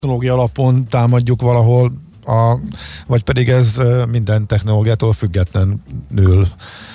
technológia alapon támadjuk valahol, vagy pedig ez minden technológiától függetlenül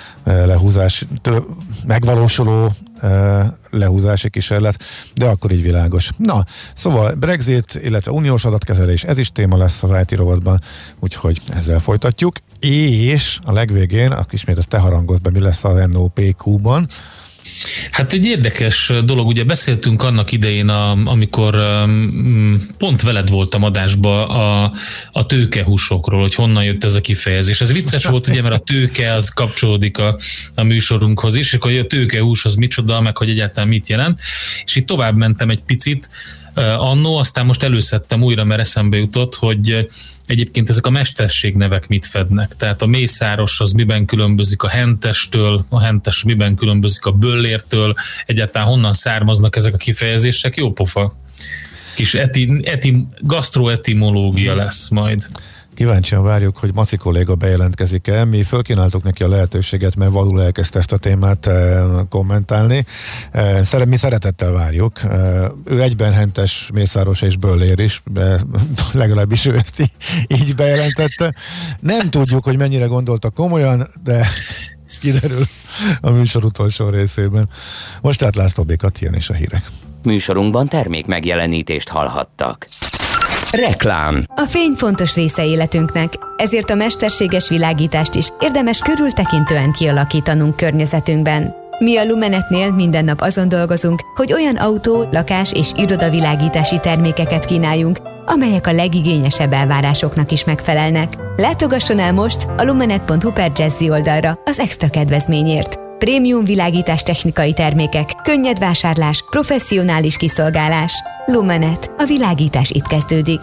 megvalósuló lehúzási kísérlet, de akkor így világos. Na, szóval Brexit, illetve uniós adatkezelés, ez is téma lesz az IT rovatban, úgyhogy ezzel folytatjuk, és a legvégén, ismét ezt te harangozd be, mi lesz az NOPQ-ban. Hát egy érdekes dolog, ugye beszéltünk annak idején, amikor pont veled voltam adásba a tőkehúsokról, hogy honnan jött ez a kifejezés. Ez vicces volt, ugye, mert a tőke az kapcsolódik a műsorunkhoz is, és hogy a tőkehús az micsoda, meg hogy egyáltalán mit jelent. És itt tovább mentem egy picit annó, aztán most előszedtem újra, mert eszembe jutott, hogy egyébként ezek a mesterségnevek mit fednek. Tehát a mészáros az miben különbözik a hentestől, a hentes miben különbözik a böllértől, egyáltalán honnan származnak ezek a kifejezések. Jó pofa. Kis gasztroetimológia lesz majd. Kíváncsian várjuk, hogy Maci kolléga bejelentkezik-e. Mi fölkínáltuk neki a lehetőséget, mert vadul elkezdte ezt a témát kommentálni. Mi szeretettel várjuk. Ő egyben hentes, mészáros és böllér is, de legalábbis ő ezt így bejelentette. Nem tudjuk, hogy mennyire gondolta komolyan, de kiderül a műsor utolsó részében. Most tehát László Békat, ilyen is a hírek. Műsorunkban termék megjelenítést hallhattak. Reklám. A fény fontos része életünknek, ezért a mesterséges világítást is érdemes körültekintően kialakítanunk környezetünkben. Mi a Lumenetnél minden nap azon dolgozunk, hogy olyan autó, lakás és irodavilágítási termékeket kínáljunk, amelyek a legigényesebb elvárásoknak is megfelelnek. Látogasson el most a lumenet.hu/jazzy oldalra az extra kedvezményért. Prémium világítás technikai termékek, könnyed vásárlás, professzionális kiszolgálás. Lumenet. A világítás itt kezdődik.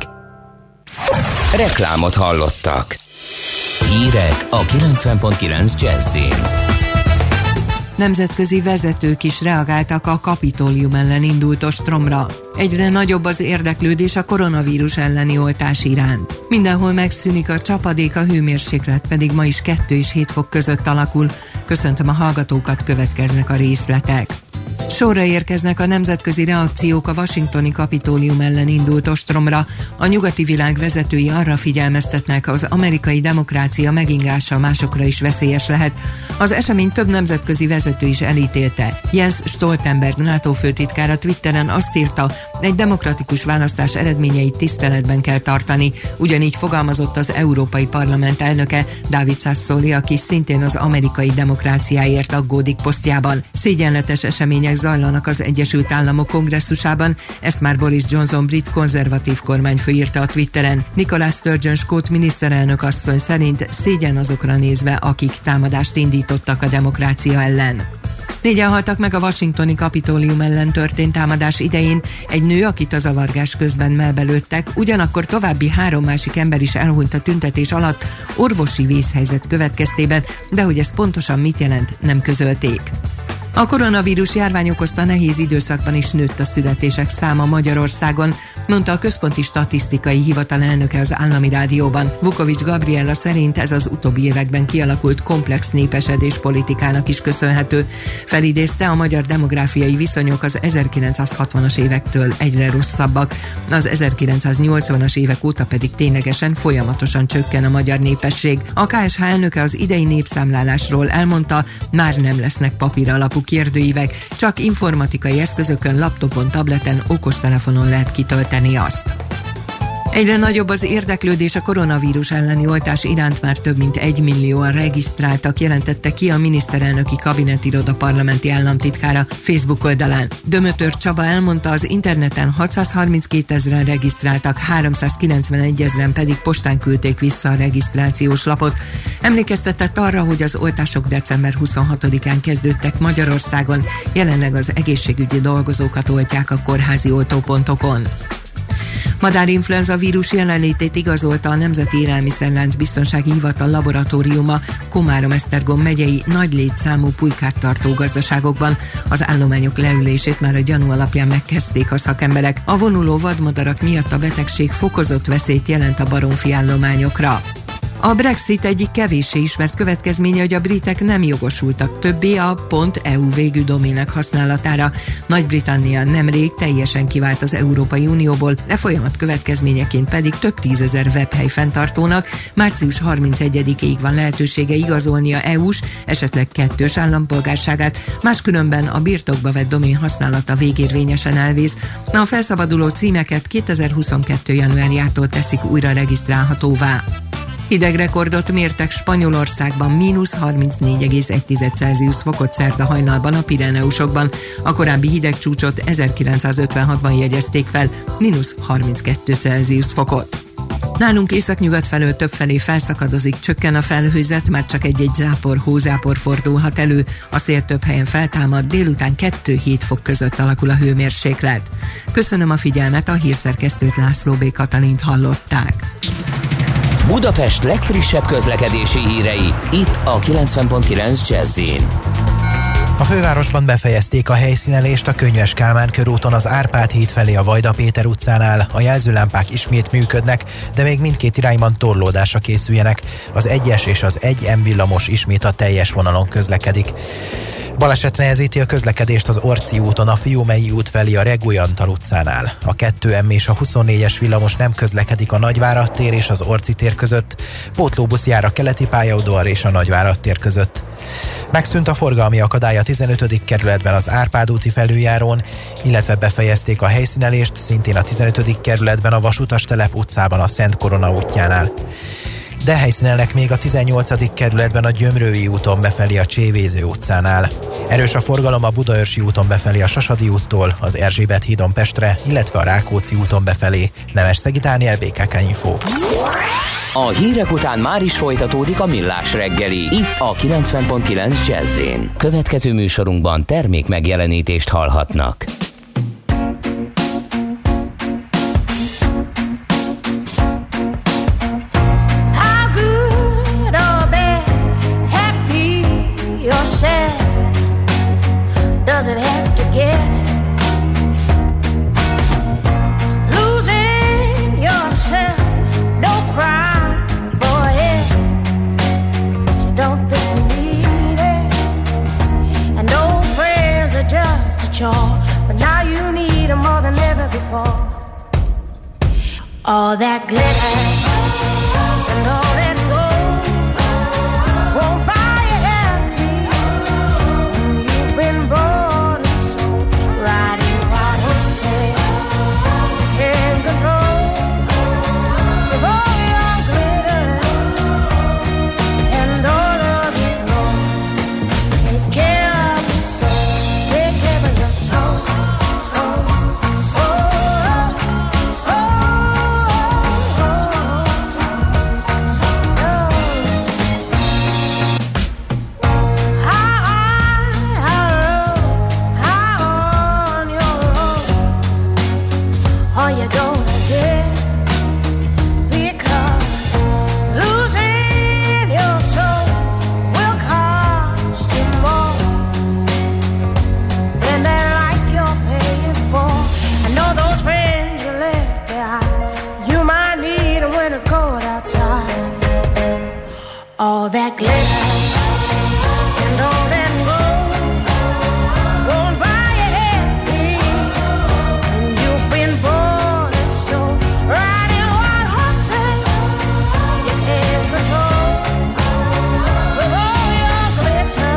Reklámot hallottak. Hírek a 90.9 Jazzyn. Nemzetközi vezetők is reagáltak a Kapitolium ellen indult ostromra. Egyre nagyobb az érdeklődés a koronavírus elleni oltás iránt. Mindenhol megszűnik a csapadék, a hőmérséklet pedig ma is 2 és 7 fok között alakul. Köszöntöm a hallgatókat, következnek a részletek. Sorra érkeznek a nemzetközi reakciók a washingtoni Kapitolium ellen indult ostromra. A nyugati világ vezetői arra figyelmeztetnek, az amerikai demokrácia megingása másokra is veszélyes lehet. Az esemény több nemzetközi vezető is elítélte. Jens Stoltenberg NATO főtitkár a Twitteren azt írta, egy demokratikus választás eredményeit tiszteletben kell tartani. Ugyanígy fogalmazott az Európai Parlament elnöke, David Sassoli, aki szintén az amerikai demokráciáért aggódik posztjában. Szégyenletes események zajlanak az Egyesült Államok kongresszusában, ezt már Boris Johnson brit konzervatív kormányfő írta a Twitteren. Nicola Sturgeon skót miniszterelnök asszony szerint szégyen azokra nézve, akik támadást indítottak a demokrácia ellen. 4-en haltak meg a washingtoni Kapitolium ellen történt támadás idején, egy nő, akit a zavargás közben mellbelőttek, ugyanakkor további 3 másik ember is elhunyt a tüntetés alatt orvosi vészhelyzet következtében, de hogy ez pontosan mit jelent, nem közölték. A koronavírus járvány okozta nehéz időszakban is nőtt a születések száma Magyarországon, mondta a Központi Statisztikai Hivatal elnöke az Állami Rádióban. Vukovics Gabriella szerint ez az utóbbi években kialakult komplex népesedés politikának is köszönhető. Felidézte, a magyar demográfiai viszonyok az 1960-as évektől egyre rosszabbak, az 1980-as évek óta pedig ténylegesen folyamatosan csökken a magyar népesség. A KSH elnöke az idei népszámlálásról elmondta, már nem lesznek papír alapú kérdőívek, csak informatikai eszközökön, laptopon, tableten, okostelefonon lehet kitölteni azt. Egyre nagyobb az érdeklődés a koronavírus elleni oltás iránt, már több mint 1 millióan regisztráltak, jelentette ki a miniszterelnöki kabinetiroda parlamenti államtitkára Facebook oldalán. Dömötör Csaba elmondta, az interneten 632 000 regisztráltak, 391 000 pedig postán küldték vissza a regisztrációs lapot. Emlékeztetett arra, hogy az oltások december 26-án kezdődtek Magyarországon, jelenleg az egészségügyi dolgozókat oltják a kórházi oltópontokon. Madárinfluenza vírus jelenlétét igazolta a Nemzeti Élelmiszerlánc Biztonsági Hivatal laboratóriuma Komárom-Esztergom megyei nagy létszámú pulykát tartó gazdaságokban. Az állományok leülését már a gyanú alapján megkezdték a szakemberek. A vonuló vadmadarak miatt a betegség fokozott veszélyt jelent a baromfi állományokra. A Brexit egyik kevéssé ismert következménye, hogy a britek nem jogosultak többé a .eu végű domének használatára. Nagy-Britannia nemrég teljesen kivált az Európai Unióból, de folyamat következményeként pedig több tízezer webhely fenntartónak március 31-ig van lehetősége igazolnia EU-s, esetleg kettős állampolgárságát, máskülönben a birtokba vett domén használata végérvényesen elvész. A felszabaduló címeket 2022. januárjától teszik újra regisztrálhatóvá. Hidegrekordot mértek Spanyolországban, -34,1 Celsius fokot szerda hajnalban a Pireneusokban. A korábbi hidegcsúcsot 1956-ban jegyezték fel, -32 Celsius fokot. Nálunk északnyugat felől többfelé felszakadozik, csökken a felhőzet, már csak egy-egy zápor, hózápor fordulhat elő, a szél több helyen feltámad, délután 2-7 fok között alakul a hőmérséklet. Köszönöm a figyelmet, a hírszerkesztőt, László B. Katalint hallották. Budapest legfrissebb közlekedési hírei, itt a 90.9 Jazz-in. A fővárosban befejezték a helyszínelést a Könyves Kálmán körúton az Árpád híd felé a Vajda Péter utcánál. A jelzőlámpák ismét működnek, de még mindkét irányban torlódásra készüljenek. Az 1-es és az 1M villamos ismét a teljes vonalon közlekedik. Baleset nehezíti a közlekedést az Orci úton a Fiumei út felé a Regói Antal utcánál. A 2M és a 24-es villamos nem közlekedik a Nagyvárad tér és az Orci tér között. Pótlóbusz jár a keleti pályaudvar és a Nagyvárad tér között. Megszűnt a forgalmi akadály a 15. kerületben az Árpád úti felüljárón, illetve befejezték a helyszínelést szintén a 15. kerületben a Vasutastelep utcában a Szent Korona útjánál. De helyszínelnek még a 18. kerületben a Gyömrői úton befelé a Csévéző utcánál. Erős a forgalom a Budaörsi úton befelé a Sasadi úttól, az Erzsébet hídon Pestre, illetve a Rákóczi úton befelé. Nemes-Szegi Dániel, BKK Info. A hírek után már is folytatódik a Millás reggeli, itt a 90.9 Jazz-in. Következő műsorunkban termék megjelenítést hallhatnak. But now you need them more than ever before. All that glitter and all that gold won't buy you happy when you've been bought and sold. Riding what he says you can't control. With all your glitter and all of your gold, take care of your soul. Take care of your soul. All that glitter and all that gold won't buy you happy when you've been bought and sold. Riding wild horses you can't control. With all your glitter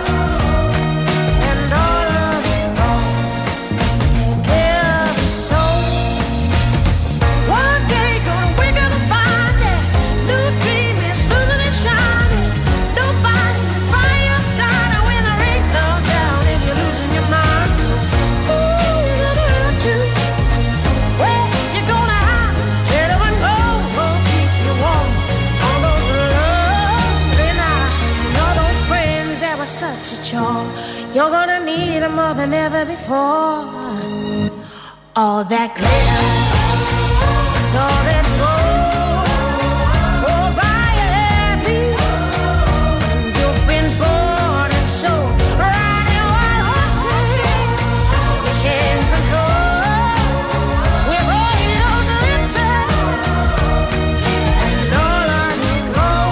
and all of your gold, take care of your soul. One day gonna wake up and find that new dream is losing its shine. Nobody's by your side when the rain comes down and you're losing your mind. So who is gonna hurt you? Where you gonna hide? Get up and go, won't keep you warm on those lonely nights. And all those friends that were such a chore, you're gonna need them more than ever before. All that glitter and all that gold won't buy you happy when you've been bought and sold. Riding wild horses you can't control. With all your glitter and all of your gold.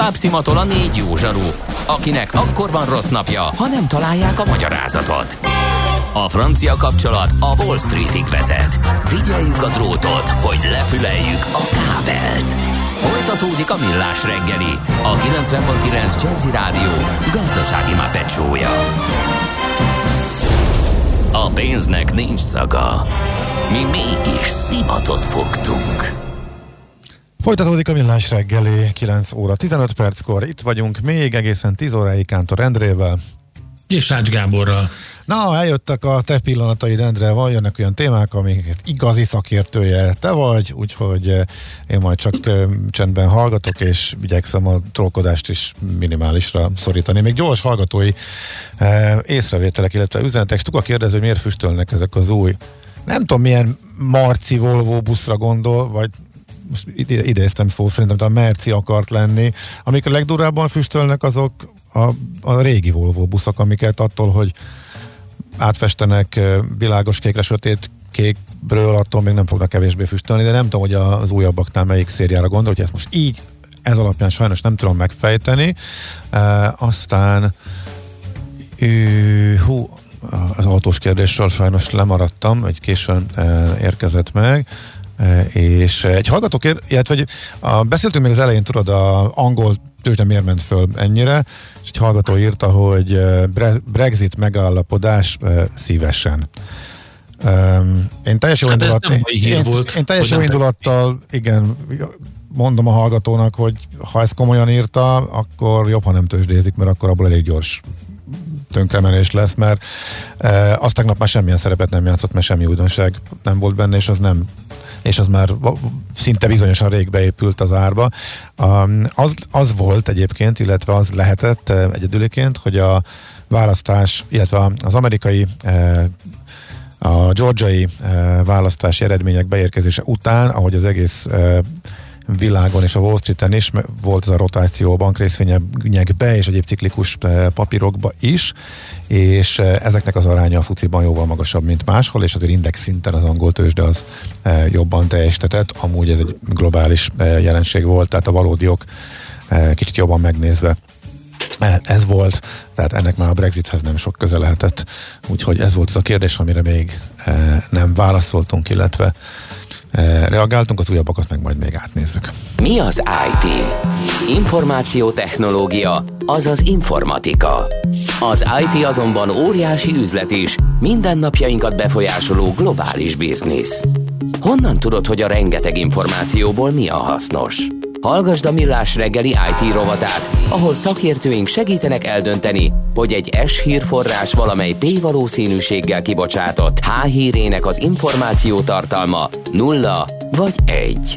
Tovább szimatol a 4 jó zsaru, akinek akkor van rossz napja, ha nem találják a magyarázatot. A francia kapcsolat a Wall Streetig vezet. Figyeljük a drótot, hogy lefüleljük a kábelt. Folytatódik a Millás reggeli, a 90.9 Jazzy Rádió gazdasági mápecsója. A pénznek nincs szaga. Mi mégis szimatot fogtunk. Folytatódik a Millás reggeli, 9 óra 15 perckor. Itt vagyunk még egészen 10 óráig Kántor Endrével. És Ács Gáborral. Na, eljöttek a te pillanataid, Endre, jönnek olyan témák, amiket igazi szakértője te vagy, úgyhogy én majd csak csendben hallgatok, és igyekszem a trollkodást is minimálisra szorítani. Még gyors hallgatói észrevételek, illetve üzenetek. Stuka kérdezi, hogy miért füstölnek ezek az új, nem tudom milyen Marci Volvo buszra gondol, vagy most idéztem szó szerint, amit a Merci akart lenni. Amik a legdurvábban füstölnek, azok a régi Volvo buszok, amiket attól, hogy átfestenek világos kékre, sötét kékből, attól még nem fognak kevésbé füstölni, de nem tudom, hogy az újabbaknál melyik szériára gondol, hogy ezt most így, ez alapján sajnos nem tudom megfejteni. Aztán az autós kérdésről sajnos lemaradtam, egy későn érkezett meg, és egy hallgató illetve beszéltünk még az elején, tudod, a angol tőzsde miért ment föl ennyire, és egy hallgató írta, hogy Brexit megállapodás szívesen. Én teljes jó indulattal, igen, mondom a hallgatónak, hogy ha ezt komolyan írta, akkor jobb, ha nem tőzsdézik, mert akkor abból elég gyors tönkremenés lesz, mert azt tegnap már semmilyen szerepet nem játszott, mert semmi újdonság nem volt benne, és az már szinte bizonyosan rég beépült az árba. Az volt egyébként, illetve az lehetett egyedüliként, hogy a választás, illetve az amerikai, a georgiai választási eredmények beérkezése után, ahogy az egész világon és a Wall Streeten is volt ez a rotáció a bankrészvényekbe és egyéb ciklikus papírokba is, és ezeknek az aránya a FUCI-ban jóval magasabb, mint máshol, és azért index szinten az angol tőzsde az jobban teljesítetett. Amúgy ez egy globális jelenség volt, tehát a valódiok kicsit jobban megnézve ez volt, tehát ennek már a Brexithez nem sok köze lehetett. Úgyhogy ez volt az a kérdés, amire még nem válaszoltunk, illetve reagáltunk, az újabbakat meg majd még átnézzük. Mi az IT? Információtechnológia, azaz informatika. Az IT azonban óriási üzlet is, mindennapjainkat befolyásoló globális biznisz. Honnan tudod, hogy a rengeteg információból mi a hasznos? Hallgasd a Millás reggeli IT rovatát, ahol szakértőink segítenek eldönteni, hogy egy S-hírforrás valamely P-valószínűséggel kibocsátott H-hírének az információ tartalma 0 vagy 1.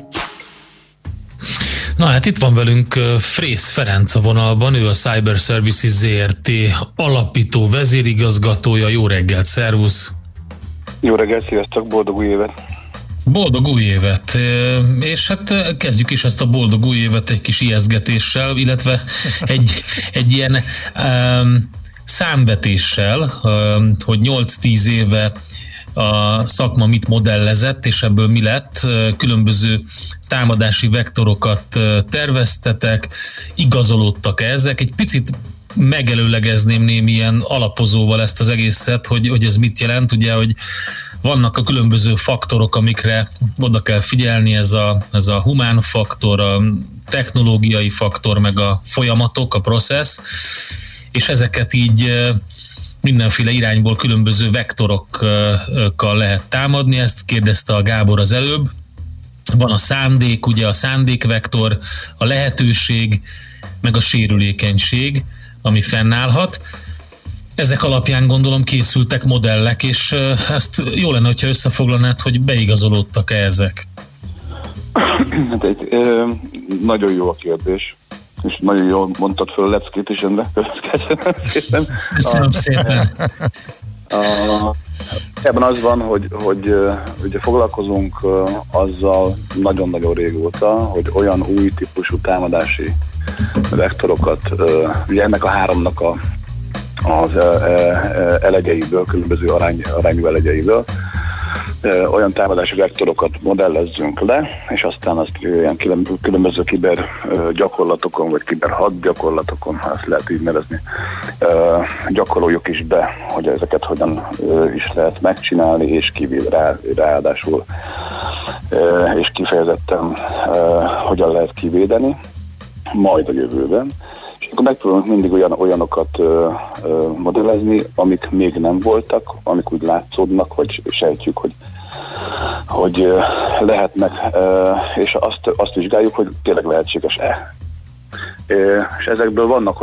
Na hát itt van velünk Frész Ferenc a vonalban, ő a Cyber Services ZRT alapító vezérigazgatója. Jó reggelt, szervusz! Jó reggelt, sziasztok, boldog új évet! Boldog új évet! És hát kezdjük is ezt a boldog új évet egy kis ijesztgetéssel, illetve egy ilyen számvetéssel, hogy 8-10 éve a szakma mit modellezett, és ebből mi lett. Különböző támadási vektorokat terveztetek, igazolódtak ezek. Egy picit megelőlegezném némi ilyen alapozóval ezt az egészet, hogy ez mit jelent. Ugye, hogy vannak a különböző faktorok, amikre oda kell figyelni, ez a humán faktor, a technológiai faktor, meg a folyamatok, a process, és ezeket így mindenféle irányból különböző vektorokkal lehet támadni. Ezt kérdezte a Gábor az előbb. Van a szándék, ugye a szándékvektor, a lehetőség, meg a sérülékenység, ami fennállhat. Ezek alapján gondolom készültek modellek, és ezt jó lenne, hogyha összefoglalnád, hogy beigazolódtak-e ezek? Nagyon jó a kérdés, és nagyon jól mondtad föl a leckét is ennek. Köszönöm szépen. Ebben az van, hogy ugye foglalkozunk azzal nagyon-nagyon régóta, hogy olyan új típusú támadási vektorokat, ugye ennek a háromnak az elegyeiből, különböző arányú elegyeiből olyan támadási vektorokat modellezzünk le, és aztán azt ilyen különböző kiber gyakorlatokon, vagy kiber hadgyakorlatokon, ha ezt lehet így nevezni, gyakoroljuk is be, hogy ezeket hogyan is lehet megcsinálni, és ráadásul és kifejezetten hogyan lehet kivédeni, majd a jövőben. És akkor megpróbálunk mindig olyanokat modellezni, amik még nem voltak, amik úgy látszódnak, vagy sejtjük, hogy lehetnek, és azt vizsgáljuk, hogy tényleg lehetséges-e. És ezekből vannak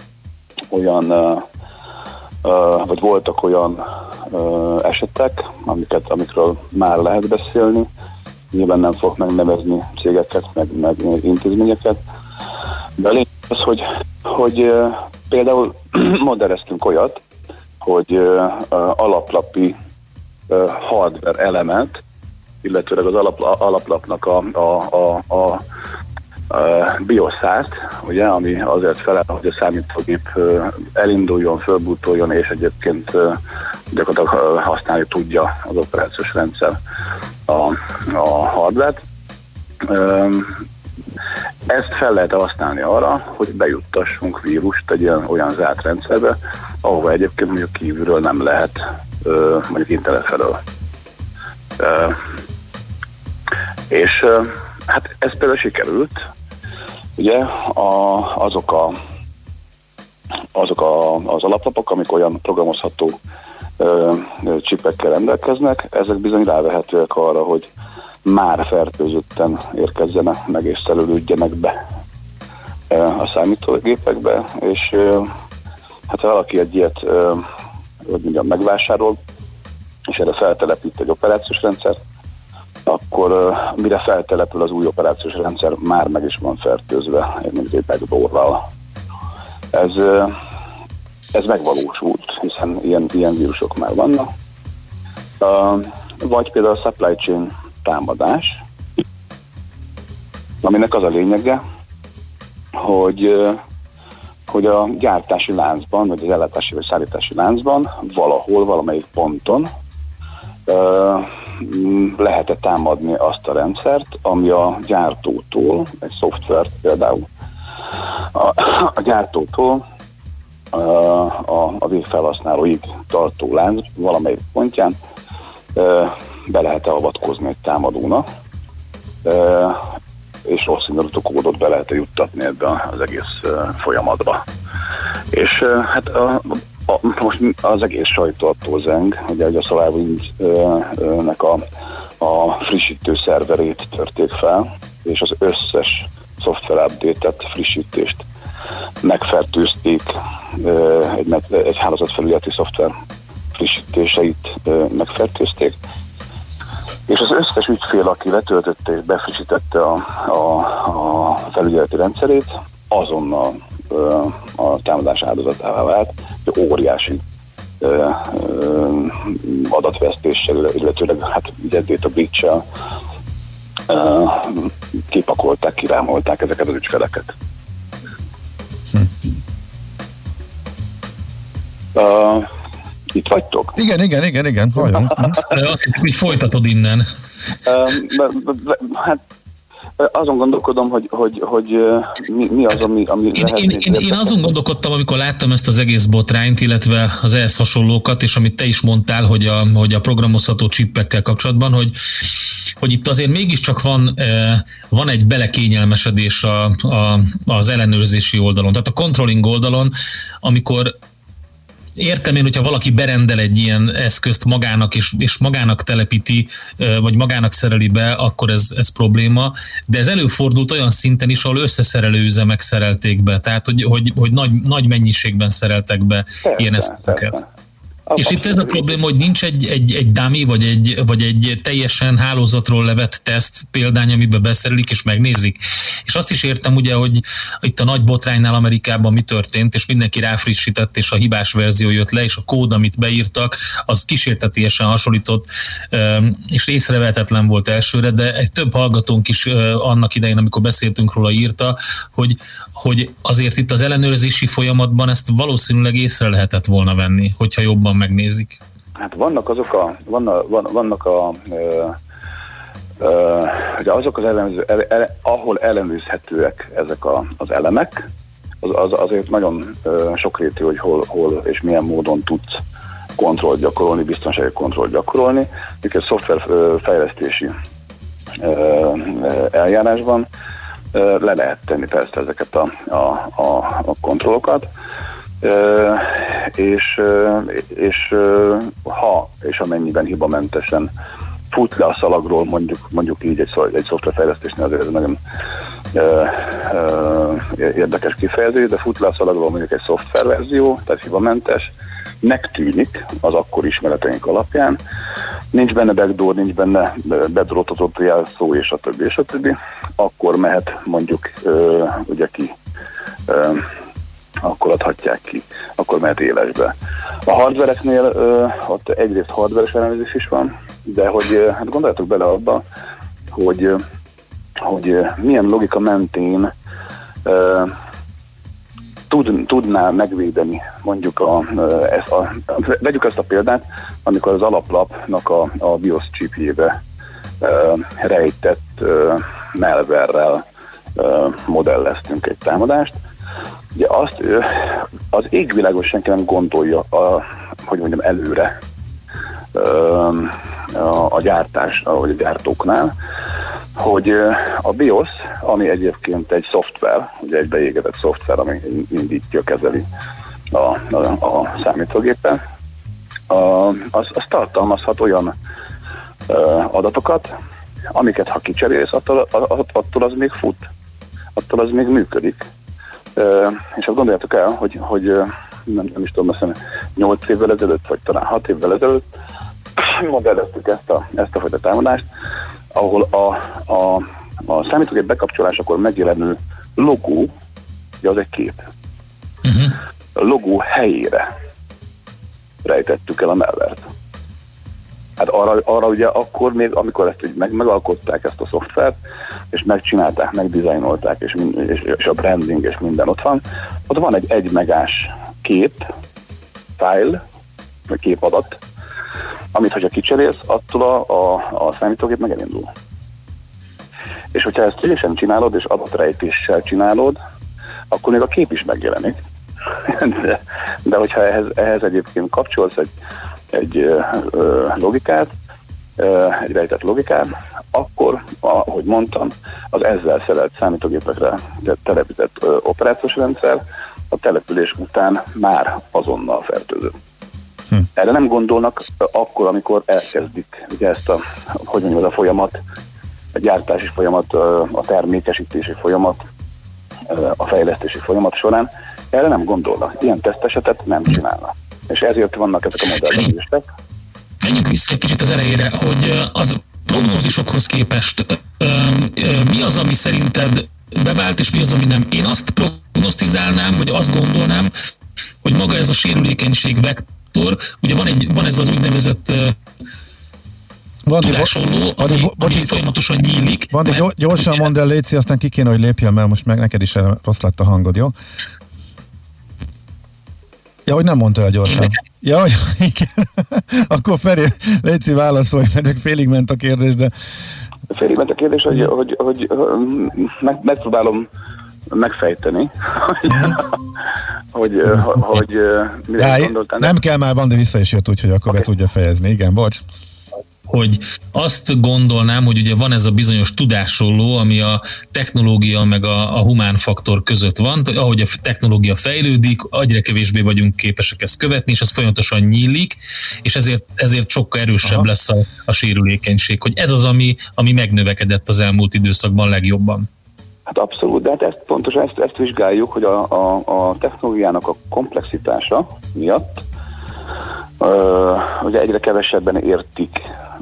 vagy voltak olyan esetek, amikről már lehet beszélni. Nyilván nem fogok megnevezni cégeket, meg intézményeket. De a lényeg az, hogy például modelleztünk olyat, hogy alaplapi hardware elemet, illetőleg az alaplapnak a BIOS-át, ugye, ami azért felel, hogy a számítógép elinduljon, fölbútoljon, és egyébként gyakorlatilag használni tudja az operációs rendszer a hardware-t. Ezt fel lehet használni arra, hogy bejuttassunk vírust egy olyan zárt rendszerbe, ahova egyébként mondjuk kívülről nem lehet, mondjuk internet felől. És hát ez például sikerült. Ugye azok az alaplapok, amik olyan programozható csipekkel rendelkeznek, ezek bizony rávehetőek arra, hogy már fertőzötten érkezzenek meg és szelődjenek be a számítógépekbe, és hát ha valaki egy ilyet hogy mondjam, megvásárol, és erre feltelepít egy operációs rendszert, akkor mire feltelepül az új operációs rendszer, már meg is van fertőzve egy backdoorral. Ez megvalósult, hiszen ilyen vírusok már vannak. Vagy például a supply chain támadás, aminek az a lényege, hogy a gyártási láncban, vagy az ellátási vagy szállítási láncban valahol, valamelyik ponton lehet-e támadni azt a rendszert, ami a gyártótól, egy szoftvert például, a gyártótól a végfelhasználóig tartó lánc valamelyik pontján be lehet-e avatkozni egy támadónak, és rossz indulatú kódot be lehet juttatni ebbe az egész folyamatba. És hát most az egész sajtó attól zeng, ugye a SolarWinds-nek a frissítő szerverét törték fel, és az összes szoftver update-et, frissítést megfertőzték, egy hálózatfelületi szoftver frissítéseit megfertőzték, és az összes ügyfél, aki letöltötte és befrissítette a felügyeleti rendszerét, azonnal a támadás áldozatává vált, hogy óriási adatvesztéssel, illetőleg hát ugye data breach-sel kipakolták, kirámolták ezeket az ügyfeleket. Itt vagytok? Igen, hallom. Úgy folytatod innen. Hát azon gondolkodom, hogy mi az, ami én azon gondolkodtam, amikor láttam ezt az egész botrányt, illetve az ehhez hasonlókat, és amit te is mondtál, hogy a programozható csippekkel kapcsolatban, hogy itt azért mégiscsak van egy belekényelmesedés az ellenőrzési oldalon, tehát a controlling oldalon, amikor értem én, hogyha valaki berendel egy ilyen eszközt magának, és magának telepíti, vagy magának szereli be, akkor ez probléma, de ez előfordult olyan szinten is, ahol összeszerelő üzemek szerelték be, tehát hogy nagy mennyiségben szereltek be ilyen eszközöket. És itt ez a probléma, hogy nincs egy dummy, vagy egy teljesen hálózatról levett teszt példány, amiben beszerelik és megnézik. És azt is értem ugye, hogy itt a nagy botránynál Amerikában mi történt, és mindenki ráfrissített, és a hibás verzió jött le, és a kód, amit beírtak, az kísértetiesen hasonlított, és észrevehetetlen volt elsőre, de egy több hallgatónk is annak idején, amikor beszéltünk róla, írta, hogy azért itt az ellenőrzési folyamatban ezt valószínűleg észre lehetett volna venni, hogyha jobban megnézik. Hát vannak ugye azok az ahol ellenőrizhetőek ezek az elemek, azért nagyon sokrétű, hogy hol és milyen módon tudsz kontrollt gyakorolni, biztonsági kontrollt gyakorolni, mikor szoftverfejlesztési eljárásban le lehet tenni persze ezeket a kontrollokat, és ha és amennyiben hibamentesen fut le a szalagról, mondjuk így egy szoftverfejlesztésnél, azért ez nagyon érdekes kifejezés, de fut le a szalagról mondjuk egy szoftververzió, tehát hibamentes, tűnik az akkori ismereteink alapján, nincs benne backdoor, nincs benne bedrótozott jelszó, és a többi, akkor mehet mondjuk ugye ki, akkor adhatják ki, akkor mehet élesbe. A hardvereknél ott egyrészt hardveres ellenőrzés is van, de hogy hát gondoljatok bele abba, hogy milyen logika mentén tudná megvédeni mondjuk vegyük ezt a példát, amikor az alaplapnak a BIOS chipjébe rejtett malware-rel modelleztünk egy támadást. Ugye azt az égvilágos senki nem gondolja, hogy mondjam, előre a gyártás, vagy a gyártóknál, hogy a BIOS, ami egyébként egy szoftver, ugye egy beégetett szoftver, ami indítja, kezeli a számítógépen, az tartalmazhat olyan adatokat, amiket ha kicserélsz, attól az még fut, attól az még működik. És azt gondoljátok el, hogy nem is tudom, azt hiszem 8 évvel ezelőtt, vagy talán 6 évvel ezelőtt modelleztük ezt a fajta támadást, ahol a számítógép bekapcsolásakor megjelenő logó, ugye az egy kép. A logó helyére rejtettük el a malware-t. Hát arra ugye akkor még, amikor ezt megalkották ezt a szoftvert, és megcsinálták, megdizájnolták, és a branding és minden ott van egy 1 megás kép, file, vagy képadat, amit, hogyha kicserélsz, attól a számítógép meg elindul. És hogyha ezt ügyesen csinálod, és adatrejtéssel csinálod, akkor még a kép is megjelenik. De hogyha ehhez egyébként kapcsolsz egy logikát, egy rejtett logikát, akkor, ahogy mondtam, az ezzel szerelt számítógépekre telepített operációs rendszer a település után már azonnal fertőzött. Erre nem gondolnak akkor, amikor elkezdik ugye ezt a folyamat, a gyártási folyamat, a termékesítési folyamat, a fejlesztési folyamat során. Erre nem gondolnak. Ilyen tesztesetet nem csinálnak. És ezért vannak ezek a modellezések. Menjünk vissza egy kicsit az elejére, hogy az prognózisokhoz képest mi az, ami szerinted bevált, és mi az, ami nem. Én azt prognosztizálnám, vagy azt gondolnám, hogy maga ez a sérülékenység vektor, ugye van ez az úgynevezett tudásolló, ami folyamatosan nyílik. Gyorsan mondd el, Léci, aztán ki kéne, hogy lépjél, mert most meg neked is rossz lett a hangod, jó? Ja, hogy nem mondta el gyorsan. Ja, hogy igen. Akkor Feri, Léci, válaszolj, mert félig ment a kérdés, de... Félig ment a kérdés, hogy megpróbálom megfejteni, hogy mire gondoltál. Nem kell már, Bandi vissza is jött, úgyhogy akkor be tudja fejezni. Igen, bocs. Hogy azt gondolnám, hogy ugye van ez a bizonyos tudásolló, ami a technológia meg a humán faktor között van, ahogy a technológia fejlődik, egyre kevésbé vagyunk képesek ezt követni, és ez folyamatosan nyílik, és ezért sokkal erősebb lesz a sérülékenység, hogy ez az, ami megnövekedett az elmúlt időszakban legjobban. Hát abszolút, de hát pontosan ezt vizsgáljuk, hogy a technológiának a komplexitása miatt ugye egyre kevesebben értik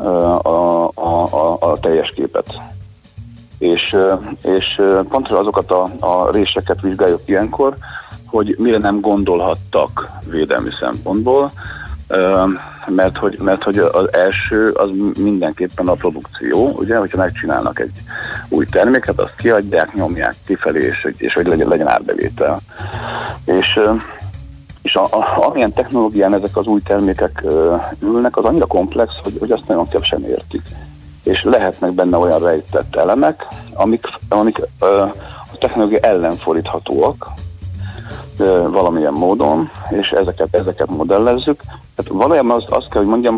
a teljes képet. És pontosan azokat a réseket vizsgáljuk ilyenkor, hogy mire nem gondolhattak védelmi szempontból, mert hogy az első az mindenképpen a produkció, ugye, hogyha megcsinálnak egy új terméket, azt kiadják, nyomják kifelé, és hogy legyen árbevétel. És amilyen technológián ezek az új termékek ülnek, az annyira komplex, hogy azt nagyon kevesen értik. És lehetnek benne olyan rejtett elemek, amik a technológia ellen fordíthatóak valamilyen módon, és ezeket modellezzük. Tehát valójában azt kell, hogy mondjam,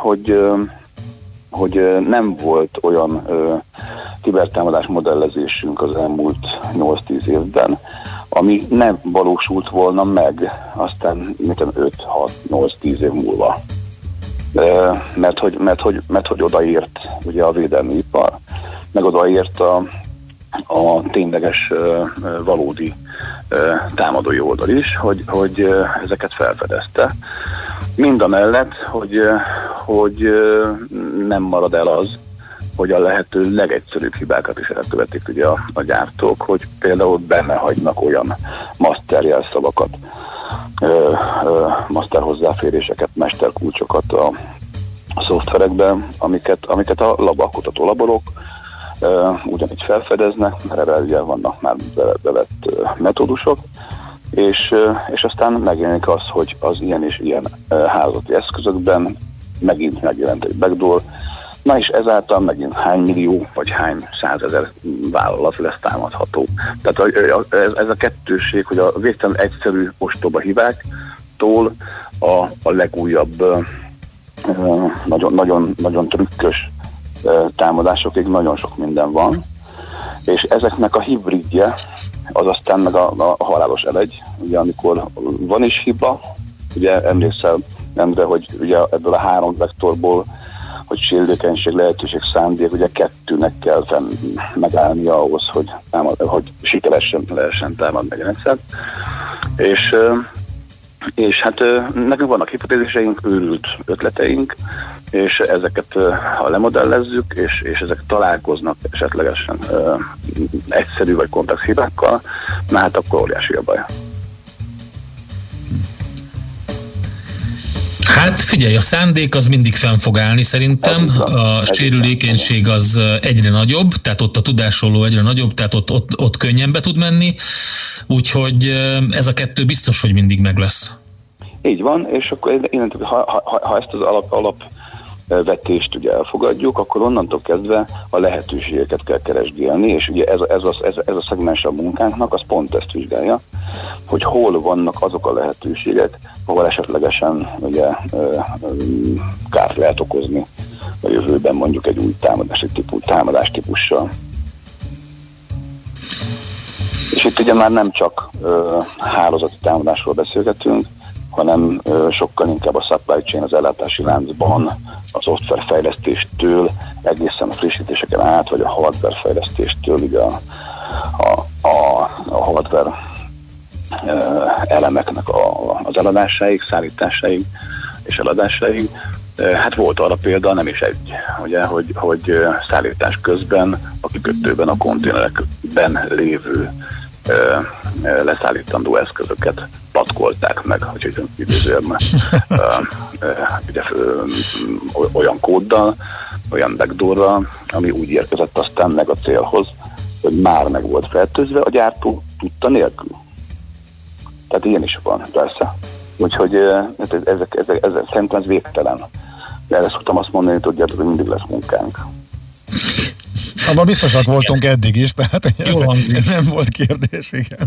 hogy nem volt olyan kibertámadás modellezésünk az elmúlt 8-10 évben, ami nem valósult volna meg aztán 5-6-8-10 év múlva. Mert hogy odaért ugye a védelmi ipar, meg odaért a tényleges valódi támadói oldal is, hogy ezeket felfedezte. Mindamellett, hogy nem marad el az, hogy a lehető legegyszerűbb hibákat is elkövetik ugye a gyártók, hogy például benne hagynak olyan master jelszavakat, master hozzáféréseket, mesterkulcsokat a szoftverekben, amiket a alkotó laborok ugyanígy felfedeznek, mert erre ugye vannak már bevett metódusok, és aztán megjelenik az, hogy az ilyen és ilyen hálózati eszközökben megint megjelent egy backdoor, na és ezáltal megint hány millió vagy hány százezer vállalat lesz támadható. Tehát ez a kettőség, hogy a végtelen egyszerű ostoba hibáktól a legújabb, nagyon trükkös támadásokig nagyon sok minden van, és ezeknek a hibridje az aztán meg a halálos elegy, ugye amikor van is hiba, ugye emlékszel, Endre, hogy ugye ebből a 3 vektorból, hogy sérülékenység, lehetőség, szándék, ugye 2-nek kell megállni ahhoz, hogy sikeresen lehessen támadni egy rendszert. És hát nekünk vannak hipotéziseink, őrült ötleteink, és ezeket ha lemodellezzük, és ezek találkoznak esetlegesen egyszerű vagy komplex hibákkal, na hát akkor óriási a baj. Hát figyelj, a szándék az mindig fenn fog állni szerintem, a sérülékenység az egyre nagyobb, tehát ott a tudásoló egyre nagyobb, tehát ott könnyen be tud menni, úgyhogy ez a kettő biztos, hogy mindig meg lesz. Így van, és akkor ha ezt az alapvetést ugye elfogadjuk, akkor onnantól kezdve a lehetőségeket kell keresgélni, és ugye ez a szegmens a munkánknak, az pont ezt vizsgálja, hogy hol vannak azok a lehetőségek, ahol esetlegesen ugye kárt lehet okozni a jövőben mondjuk egy új támadás típussal. És itt ugye már nem csak hálózati támadásról beszélgetünk, hanem sokkal inkább a supply chain, az ellátási láncban, a szoftverfejlesztéstől egészen a frissítéseken át, vagy a hardware fejlesztéstől, ugye a hardware elemeknek az eladásáig, szállításáig és eladásáig. Hát volt arra példa, nem is egy, ugye, hogy szállítás közben a kikötőben, a konténerekben lévő leszállítandó eszközöket patkolták meg, hogy idézőjelben olyan kóddal, olyan backdoorral, ami úgy érkezett aztán meg a célhoz, hogy már meg volt fertőzve, a gyártó tudta nélkül. Tehát ilyen is van, persze. Úgyhogy szerintem ez végtelen. Erre szoktam azt mondani, hogy tudjátok, hogy mindig lesz munkánk. Abban biztosak voltunk eddig is, tehát ez nem volt kérdés, igen.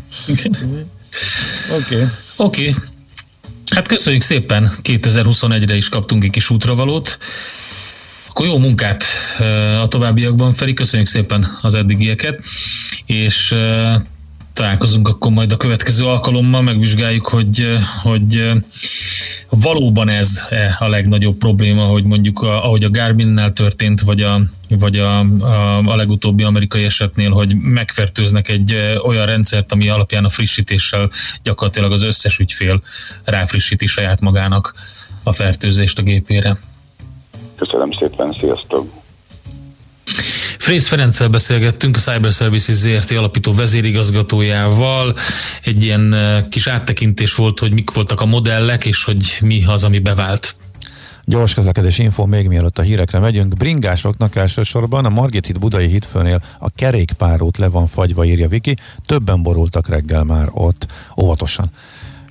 Oké. Hát köszönjük szépen, 2021-re is kaptunk egy kis útravalót. Akkor jó munkát a továbbiakban, Feri, köszönjük szépen az eddigieket, és találkozunk akkor majd a következő alkalommal, megvizsgáljuk, hogy valóban ez a legnagyobb probléma, hogy mondjuk ahogy a Garminnál történt, vagy a legutóbbi amerikai esetnél, hogy megfertőznek egy olyan rendszert, ami alapján a frissítéssel gyakorlatilag az összes ügyfél ráfrissíti saját magának a fertőzést a gépére. Köszönöm szépen, sziasztok! Frész Ferenccel beszélgettünk, a Cyber Services ZRT alapító vezérigazgatójával. Egy ilyen kis áttekintés volt, hogy mik voltak a modellek, és hogy mi az, ami bevált. Gyors közlekedés info, még mielőtt a hírekre megyünk. Bringásoknak elsősorban a Margit híd Budai hídfőnél a kerékpárút le van fagyva, írja Viki. Többen borultak reggel már ott, óvatosan.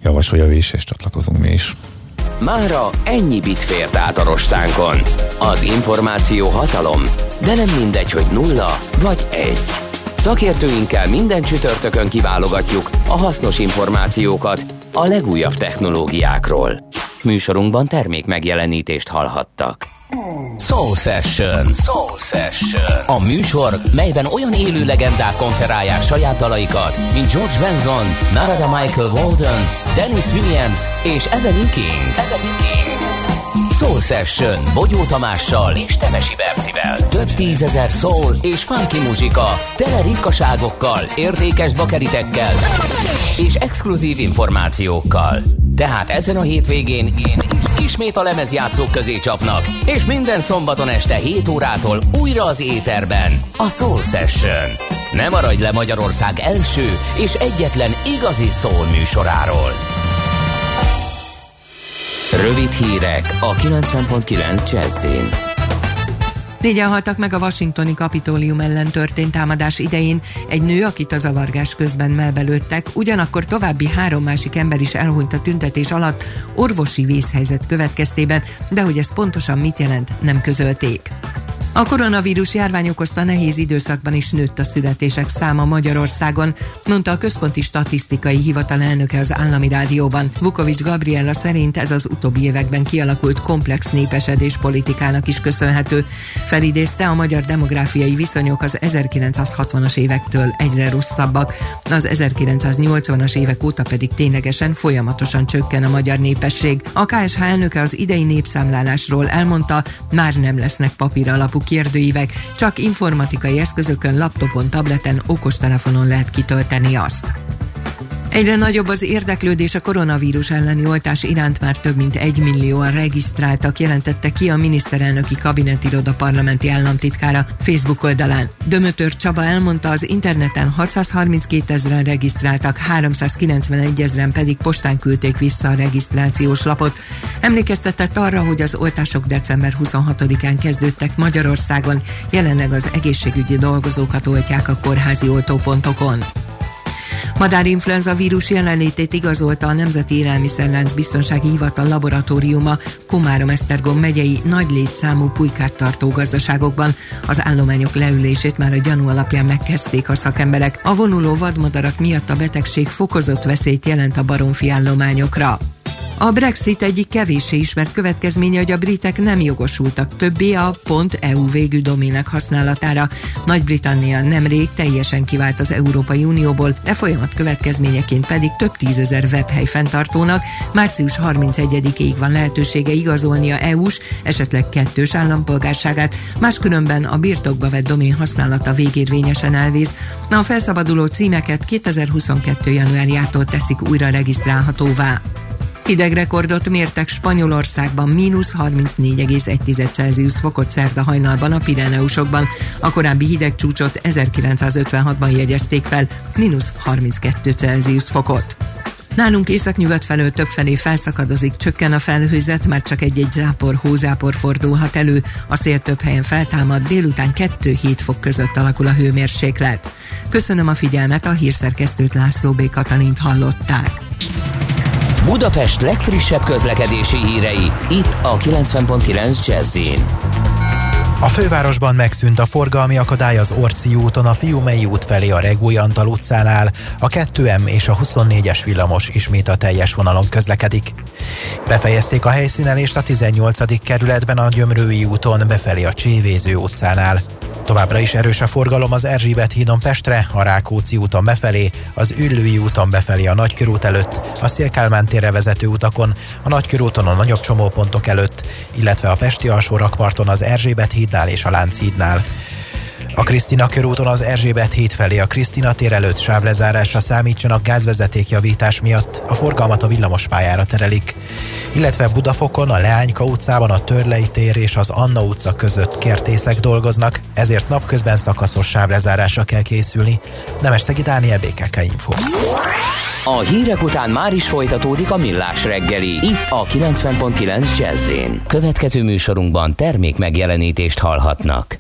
javasolja is, és csatlakozunk mi is. Mára ennyi bit fért át a rostánkon. Az információ hatalom, de nem mindegy, hogy 0 vagy 1. Szakértőinkkel minden csütörtökön kiválogatjuk a hasznos információkat a legújabb technológiákról. Műsorunkban termék megjelenítést hallhattak. Soul Session. Soul Session. A műsor, melyben olyan élő legendák konferálják saját dalaikat, mint George Benson, Narada Michael Walden, Dennis Williams és Evelyn King. Soul Session Bogyó Tamással és Temesi Bercivel. Több tízezer soul és funky muzsika, tele ritkaságokkal, érdekes bakeritekkel és exkluzív információkkal. Tehát ezen a hétvégén ismét a lemezjátszók közé csapnak, és minden szombaton este 7 órától újra az éterben a Soul Session. Ne maradj le Magyarország első és egyetlen igazi soul műsoráról. Rövid hírek a 90.9 Jazzin. 4-en haltak meg a washingtoni Kapitólium ellen történt támadás idején. Egy nő, akit a zavargás közben mellbelőttek, ugyanakkor további 3 másik ember is elhunyt a tüntetés alatt orvosi vészhelyzet következtében, de hogy ez pontosan mit jelent, nem közölték. A koronavírus járvány okozta nehéz időszakban is nőtt a születések száma Magyarországon, mondta a Központi Statisztikai Hivatal elnöke az Állami Rádióban. Vukovics Gabriella szerint ez az utóbbi években kialakult komplex népesedés politikának is köszönhető. Felidézte, a magyar demográfiai viszonyok az 1960-as évektől egyre rosszabbak, az 1980-as évek óta pedig ténylegesen folyamatosan csökken a magyar népesség. A KSH elnöke az idei népszámlálásról elmondta, már nem lesznek papír alapú kérdőívek, csak informatikai eszközökön, laptopon, tableten, okostelefonon lehet kitölteni azt. Egyre nagyobb az érdeklődés a koronavírus elleni oltás iránt, már több mint 1 millióan regisztráltak, jelentette ki a miniszterelnöki kabinetiroda parlamenti államtitkára Facebook oldalán. Dömötör Csaba elmondta, az interneten 632 000 regisztráltak, 391 000 pedig postán küldték vissza a regisztrációs lapot. Emlékeztetett arra, hogy az oltások december 26-án kezdődtek Magyarországon, jelenleg az egészségügyi dolgozókat oltják a kórházi oltópontokon. Madárinfluenza vírus jelenlétét igazolta a Nemzeti Élelmiszerlánc Biztonsági Hivatal laboratóriuma Komárom-Esztergom megyei nagy létszámú pulykát tartó gazdaságokban. Az állományok leülését már a gyanú alapján megkezdték a szakemberek. A vonuló vadmadarak miatt a betegség fokozott veszélyt jelent a baromfi állományokra. A Brexit egyik kevéssé ismert következménye, hogy a britek nem jogosultak többé a .eu végű domének használatára. Nagy-Britannia nemrég teljesen kivált az Európai Unióból, de folyamat következményeként pedig több tízezer webhely fenntartónak március 31-ig van lehetősége igazolnia EU-s, esetleg kettős állampolgárságát, máskülönben a birtokba vett domén használata végérvényesen elvész. A felszabaduló címeket 2022. januárjától teszik újra regisztrálhatóvá. Hidegrekordot mértek Spanyolországban, -34,1 Celsius fokot szerda hajnalban a Pireneusokban. A korábbi hidegcsúcsot 1956-ban jegyezték fel, -32 Celsius fokot. Nálunk északnyugat felől többfelé felszakadozik, csökken a felhőzet, már csak egy-egy zápor, hózápor fordulhat elő, a szél több helyen feltámad, délután 2-7 fok között alakul a hőmérséklet. Köszönöm a figyelmet, a hírszerkesztőt, László B. Katalint hallották. Budapest legfrissebb közlekedési hírei, itt a 90.9 Jazz-in. A fővárosban megszűnt a forgalmi akadály az Orci úton a Fiumei út felé a Regói Antal utcánál, a 2M és a 24-es villamos ismét a teljes vonalon közlekedik. Befejezték a helyszínelést a 18. kerületben a Gyömrői úton befelé a Csévéző utcánál. Továbbra is erős a forgalom az Erzsébet hídon Pestre, a Rákóczi úton befelé, az Üllői úton befelé a Nagykörút előtt, a Széll-Kálmán térre vezető utakon, a Nagykörúton a nagyobb csomópontok előtt, illetve a Pesti alsórakparton az Erzsébet hídnál és a Lánchídnál. A Krisztina körúton az Erzsébet híd felé a Krisztina tér előtt sávlezárásra számítsanak gázvezetékjavítás miatt, a forgalmat a villamospályára terelik. Illetve Budafokon, a Leányka utcában a Törlei tér és az Anna utca között kertészek dolgoznak, ezért napközben szakaszos sávlezárásra kell készülni. Nemesszegi Dániel, BKK Info. A hírek után már is folytatódik a Millás reggeli, itt a 90.9 Jazz-in. Következő műsorunkban termék megjelenítést hallhatnak.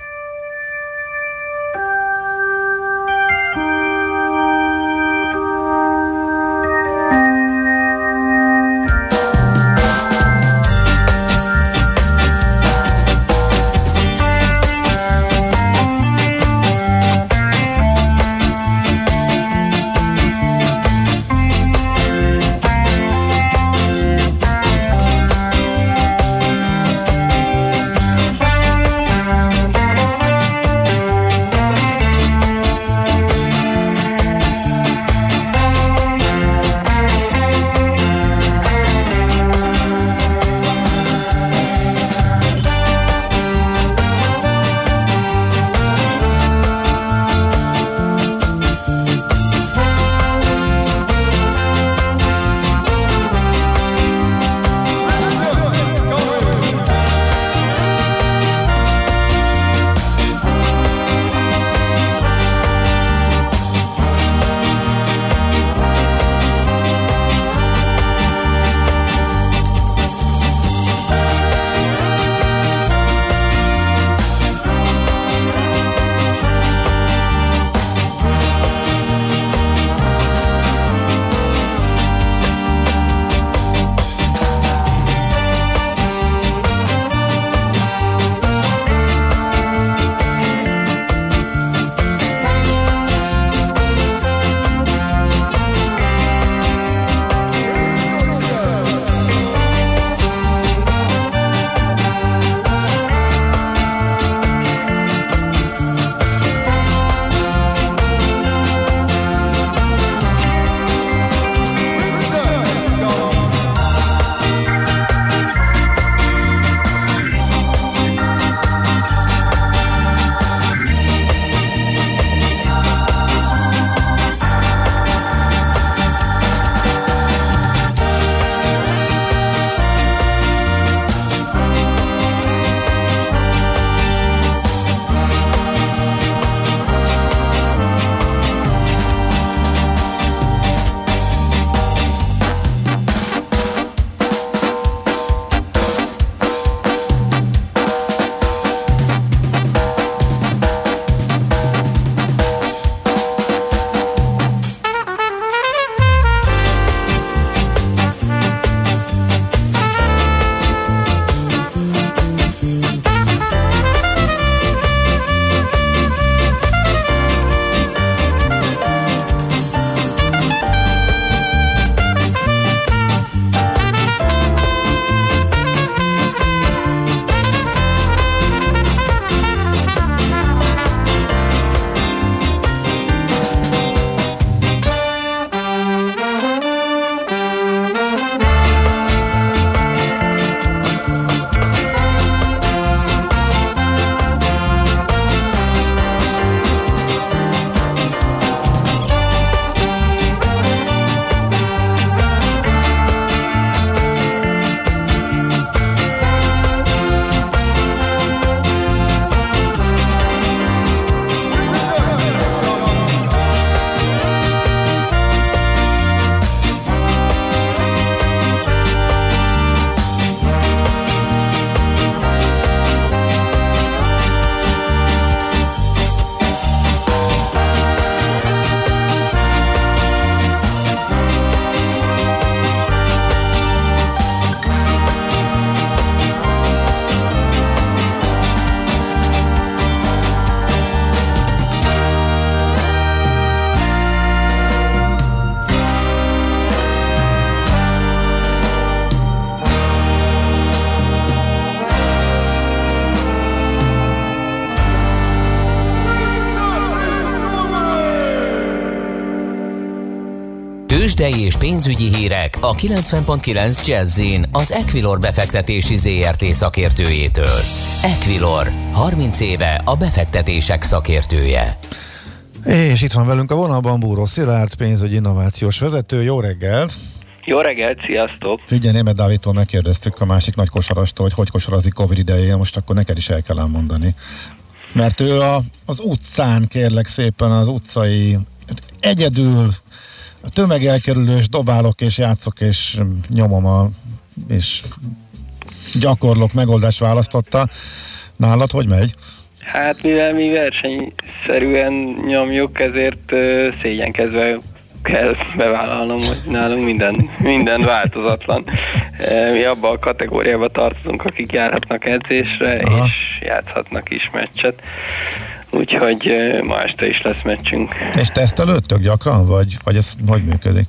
Tőzsdei és pénzügyi hírek a 90.9 Jazz-in az Equilor befektetési ZRT szakértőjétől. Equilor, 30 éve a befektetések szakértője. És itt van velünk a vonalban Búró Szilárd, pénzügyi innovációs vezető. Jó reggelt! Jó reggelt, sziasztok! Figyelj, Németh Dávidtól megkérdeztük a másik nagy kosarastól, hogy kosarazik Covid idején, most akkor neked is el kell mondani. Mert ő az utcán, kérlek szépen, az utcai egyedül a tömegelkerülős dobálok és játszok és nyomom és gyakorlok megoldást választotta. Nálad hogy megy? Hát mivel mi versenyszerűen nyomjuk, ezért szégyenkezve kell bevállalnom, hogy nálunk minden változatlan. Mi abban a kategóriába tartozunk, akik járhatnak edzésre, és játszhatnak is meccset. Úgyhogy ma este is lesz meccsünk. És tesztelődtök gyakran, vagy ez hogy működik?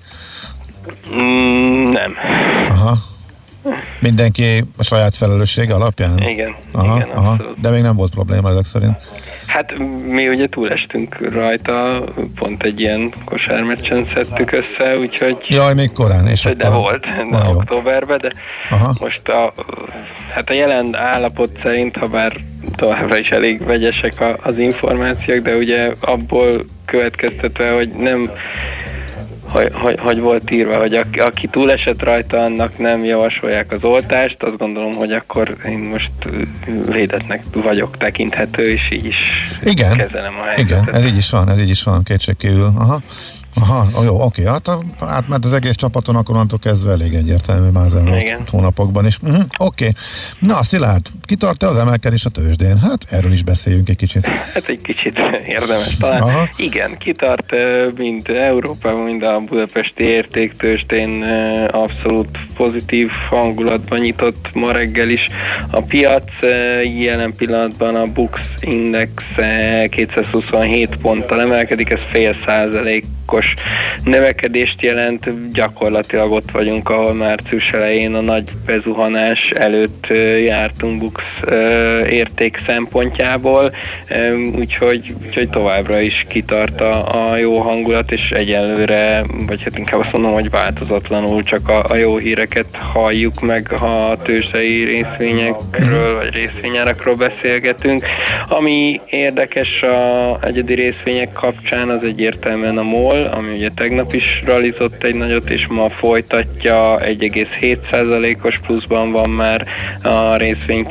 Nem. Aha. Mindenki a saját felelőssége alapján? Igen, abszolút. De még nem volt probléma ezek szerint? Hát mi ugye túlestünk rajta, pont egy ilyen kosármeccsen szedtük össze, úgyhogy... Jaj, még korán, és de akkor... volt, de októberben, de most a jelen állapot szerint, ha bár továbbra is elég vegyesek az információk, de ugye abból következtetve, hogy nem... Hogy volt írva, hogy aki túlesett rajta, annak nem javasolják az oltást, azt gondolom, hogy akkor én most védettnek vagyok tekinthető, és így is kezelem a helyzetet. Igen, ez így is van, kétségkívül. Jó, oké, hát átment az egész csapaton, akkor onnantól kezdve elég egyértelmű már az elmúlt hónapokban is. Oké. Na, Szilárd, kitart-e az emelkedés a tőzsdén? Hát erről is beszéljünk egy kicsit. Hát egy kicsit érdemes talán. Igen, kitart mind Európában, mind a budapesti értéktőzsdén abszolút pozitív hangulatban nyitott ma reggel is a piac. Jelen pillanatban a Bux Index 227 ponttal emelkedik, ez 0,5%-os növekedést jelent, gyakorlatilag ott vagyunk, ahol március elején a nagy bezuhanás előtt jártunk Bux érték szempontjából, úgyhogy továbbra is kitart a jó hangulat, és egyelőre, vagy hát inkább azt mondom, hogy változatlanul csak a jó híreket halljuk meg, ha a tőzsdei részvényekről, vagy részvényárakról beszélgetünk. Ami érdekes a egyedi részvények kapcsán, az egyértelműen a MOL, ami ugye tegnap is ralizott egy nagyot, és ma folytatja, 1,7%-os pluszban van már a részvény,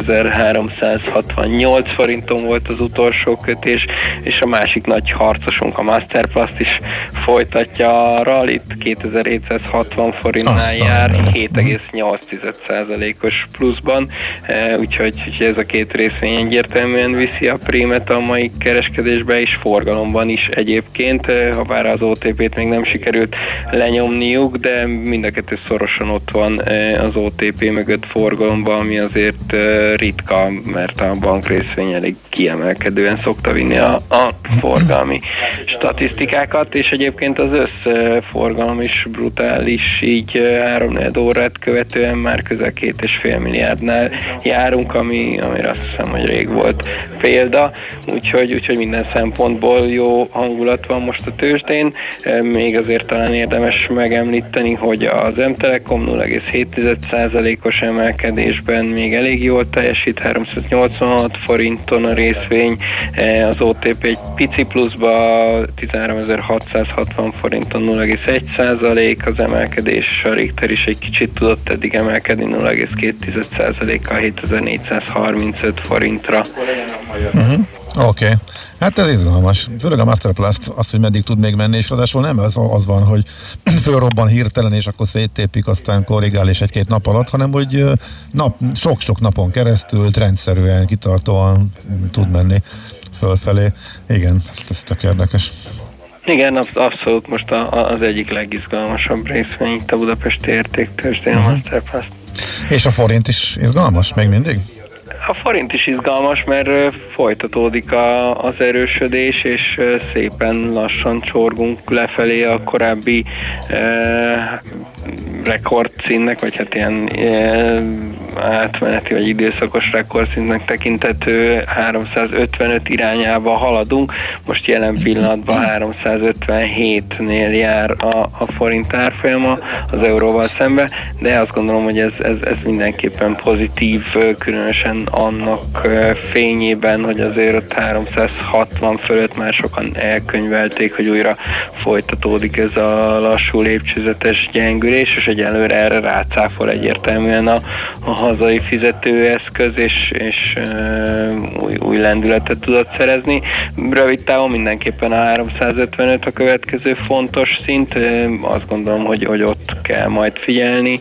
2368 forinton volt az utolsó kötés, és a másik nagy harcosunk, a Masterplast is folytatja a rallit, 2760 forintnál jár, 7,8%-os pluszban, úgyhogy ez a két részvény egyértelműen viszi a prémet a mai kereskedésbe, és forgalomban is egyébként, ha bár az OTP-t még nem sikerült lenyomniuk, de mind a kettő szorosan ott van az OTP mögött forgalomban, ami azért ritka, mert a bankrészvény elég kiemelkedően szokta vinni a forgalmi statisztikákat, és egyébként az összforgalom is brutális, így 3-4 órát követően már közel 2,5 milliárdnál járunk, amire azt hiszem, hogy rég volt példa, úgyhogy minden szempontból jó hangulat van most a tőzsdén. Még azért talán érdemes megemlíteni, hogy az M-Telekom 0,7%-os emelkedésben még elég jól teljesít, 386 forinton a részvény, az OTP egy pici pluszba 13.660 forinton 0,1% az emelkedés, a Richter is egy kicsit tudott eddig emelkedni 0,2%-kal 7435 forintra. Oké. Hát ez izgalmas. Főleg a Masterplast azt, hogy meddig tud még menni, és ráadásul nem az van, hogy fölrobban hirtelen, és akkor széttépik, aztán korrigál és egy-két nap alatt, hanem hogy sok-sok napon keresztül rendszerűen, kitartóan tud menni fölfelé. Igen, ez tök érdekes. Igen, abszolút most az egyik legizgalmasabb részvény itt a budapesti értéktőzsdén, a Masterplast. És a forint is izgalmas még mindig? A forint is izgalmas, mert folytatódik az erősödés, és szépen lassan csorgunk lefelé a korábbi rekordszínnek, vagy hát ilyen átmeneti vagy időszakos rekordszintnek tekinthető 355 irányába haladunk. Most jelen pillanatban 357-nél jár a forint árfolyama az euróval szemben, de azt gondolom, hogy ez mindenképpen pozitív, különösen annak fényében, hogy azért ott 360 fölött már sokan elkönyvelték, hogy újra folytatódik ez a lassú lépcsőzetes gyengülés, és egyelőre erre rácáfol egyértelműen a hazai fizetőeszköz, és új lendületet tudott szerezni. Rövid távon mindenképpen a 355 a következő fontos szint. Azt gondolom, hogy ott kell majd figyelni,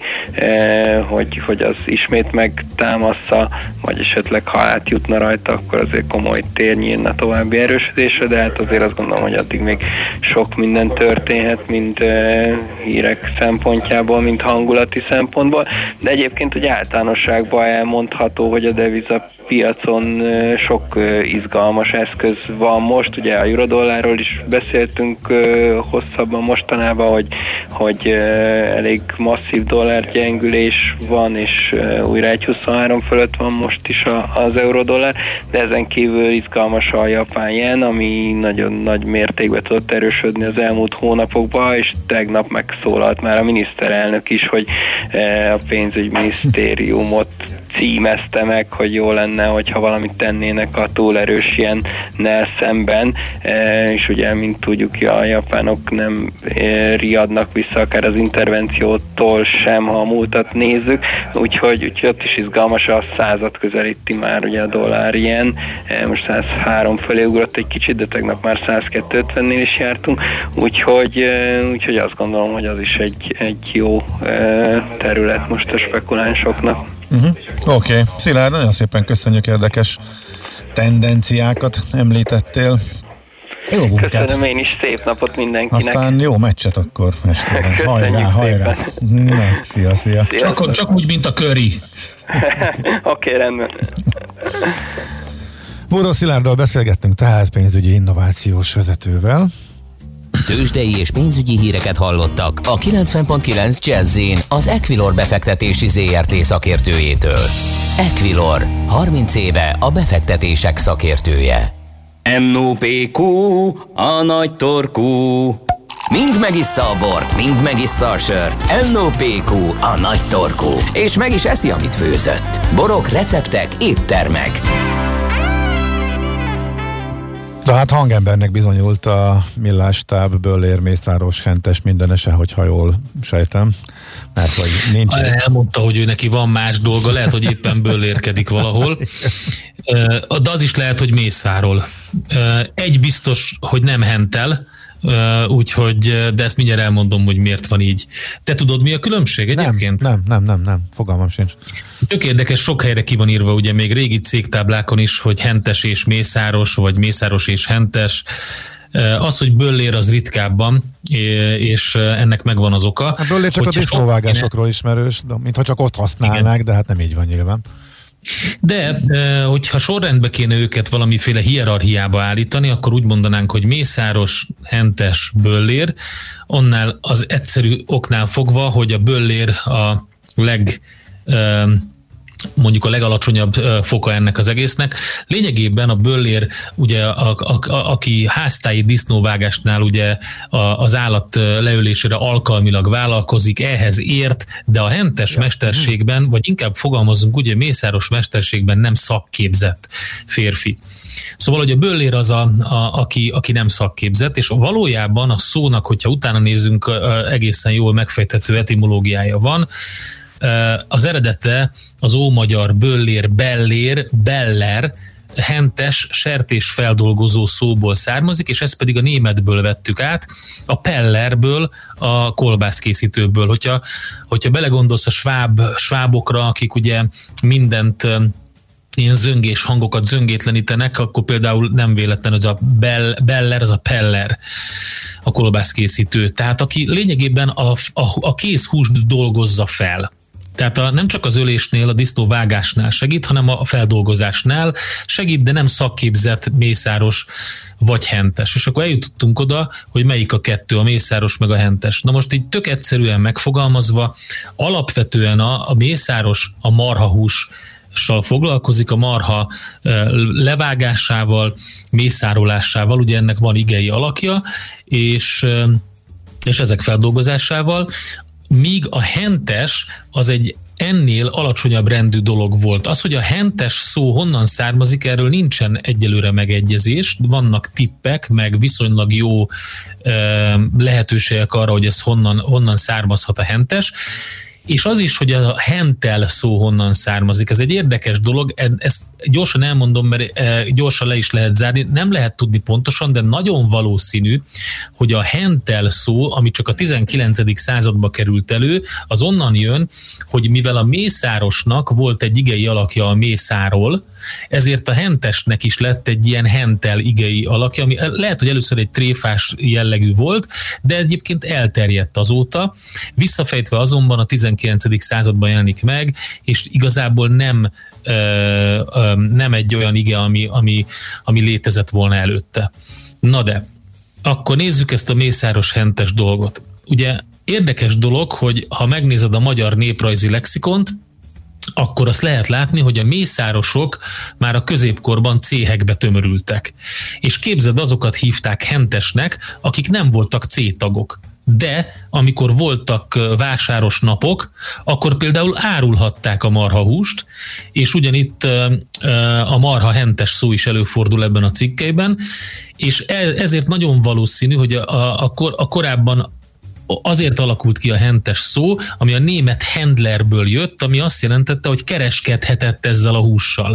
hogy az ismét megtámassza, vagy esetleg ha átjutna rajta, akkor azért komoly tér nyílna további erősödésre, de hát azért azt gondolom, hogy addig még sok minden történhet, mind hírek szempontjából, mind hangulati szempontból, de egyébként, hogy általánosságban elmondható, hogy a devizapiacon sok izgalmas eszköz van most, ugye a eurodollárról is beszéltünk hosszabban mostanában, hogy elég masszív dollárgyengülés van, és újra 1,23 fölött van most is az eurodollár, de ezen kívül izgalmas a japán yen, ami nagyon nagy mértékben tudott erősödni az elmúlt hónapokban, és tegnap megszólalt már a miniszterelnök is, hogy a pénzügyminisztériumot címezte meg, hogy jó lenne, hogyha valamit tennének a túlerős ilyennel szemben, és ugye, mint tudjuk, a japánok nem riadnak vissza akár az intervenciótól sem, ha a múltat nézzük, úgyhogy ott is izgalmas, a 100-at közelíti már ugye a dollár ilyen, most 103 fölé ugrott egy kicsit, de tegnap már 102.50-nél is jártunk, úgyhogy azt gondolom, hogy az is egy jó terület most a spekulánsoknak. Oké. Szilárd, nagyon szépen köszönjük, érdekes tendenciákat említettél. Jó munkát. Köszönöm én is, szép napot mindenkinek. Aztán jó meccset akkor estére. Hajrá. Na, szia. Csak úgy, mint a Curry. Oké, rendben. Búró Szilárddal beszélgettünk tehát pénzügyi innovációs vezetővel. Tőzsdei és pénzügyi híreket hallottak a 90.9 Jazz-in az Equilor befektetési ZRT szakértőjétől. Equilor, 30 éve a befektetések szakértője. NOPQ, a nagy torkú. Mind megissza a bort, mind megissza a sört. NOPQ, a nagy torkú. És meg is eszi, amit főzött. Borok, receptek, éttermek. De hát hangembernek bizonyult a Millásstáb, Böllér, Mészáros, Hentes mindenese, hogyha jól sejtem. Mert hogy nincs. Elmondta, hogy ő neki van más dolga, lehet, hogy éppen Böllérkedik valahol. De az is lehet, hogy Mészárol. Egy biztos, hogy nem Hentel, úgyhogy, de ezt mindjárt elmondom, hogy miért van így. Te tudod, mi a különbség egyébként? Nem, fogalmam sincs. Tök érdekes, sok helyre ki van írva, ugye még régi cégtáblákon is, hogy Hentes és Mészáros, vagy Mészáros és Hentes. Az, hogy Böllér az ritkábban, és ennek megvan az oka. A Böllér csak a disznóvágásokról ismerős, mintha csak ott használnák, igen. De hát nem így van nyilván. De, hogyha sorrendbe kéne őket valamiféle hierarchiába állítani, akkor úgy mondanánk, hogy Mészáros, Hentes, Böllér, annál az egyszerű oknál fogva, hogy a Böllér a mondjuk a legalacsonyabb foka ennek az egésznek. Lényegében a Böllér, ugye, aki háztáji disznóvágásnál ugye az állat leölésére alkalmilag vállalkozik, ehhez ért, de a Hentes mesterségben, vagy inkább fogalmazunk, ugye Mészáros mesterségben nem szakképzett férfi. Szóval, hogy a Böllér az, aki nem szakképzett, és valójában a szónak, hogyha utána nézzünk, egészen jól megfejthető etimológiája van. Az eredete az ómagyar Böllér, Bellér, Beller, hentes, sertésfeldolgozó szóból származik, és ezt pedig a németből vettük át, a Pellerből, a kolbászkészítőből. Hogyha belegondolsz a svábokra, akik ugye mindent ilyen zöngés hangokat zöngétlenítenek, akkor például nem véletlen az a Beller, az a Peller, a kolbászkészítő. Tehát aki lényegében a kézhúst dolgozza fel. Tehát nem csak az ölésnél, a disznóvágásnál segít, hanem a feldolgozásnál segít, de nem szakképzett mészáros vagy hentes. És akkor eljutottunk oda, hogy melyik a kettő, a mészáros meg a hentes. Na most így tök egyszerűen megfogalmazva, alapvetően a mészáros a marhahússal foglalkozik, a marha levágásával, mészárolásával, ugye ennek van igei alakja, és ezek feldolgozásával, míg a hentes az egy ennél alacsonyabb rendű dolog volt. Az, hogy a hentes szó honnan származik, erről nincsen egyelőre megegyezés, vannak tippek, meg viszonylag jó lehetőségek arra, hogy ez honnan származhat a hentes, és az is, hogy a hentel szó honnan származik. Ez egy érdekes dolog, ezt gyorsan elmondom, mert gyorsan le is lehet zárni. Nem lehet tudni pontosan, de nagyon valószínű, hogy a hentel szó, ami csak a 19. századba került elő, az onnan jön, hogy mivel a mészárosnak volt egy igei alakja a mészáról, ezért a hentesnek is lett egy ilyen hentel igei alakja, ami lehet, hogy először egy tréfás jellegű volt, de egyébként elterjedt azóta. Visszafejtve azonban a 19. században jelenik meg, és igazából nem egy olyan ige, ami létezett volna előtte. Na de, akkor nézzük ezt a mészáros hentes dolgot. Ugye érdekes dolog, hogy ha megnézed a magyar néprajzi lexikont, akkor azt lehet látni, hogy a mészárosok már a középkorban céhekbe tömörültek. És képzeld, azokat hívták hentesnek, akik nem voltak céhtagok. De amikor voltak vásáros napok, akkor például árulhatták a marhahúst, és ugyanitt a marha hentes szó is előfordul ebben a cikkeiben, és ezért nagyon valószínű, hogy a korábban azért alakult ki a hentes szó, ami a német Händlerből jött, ami azt jelentette, hogy kereskedhetett ezzel a hússal.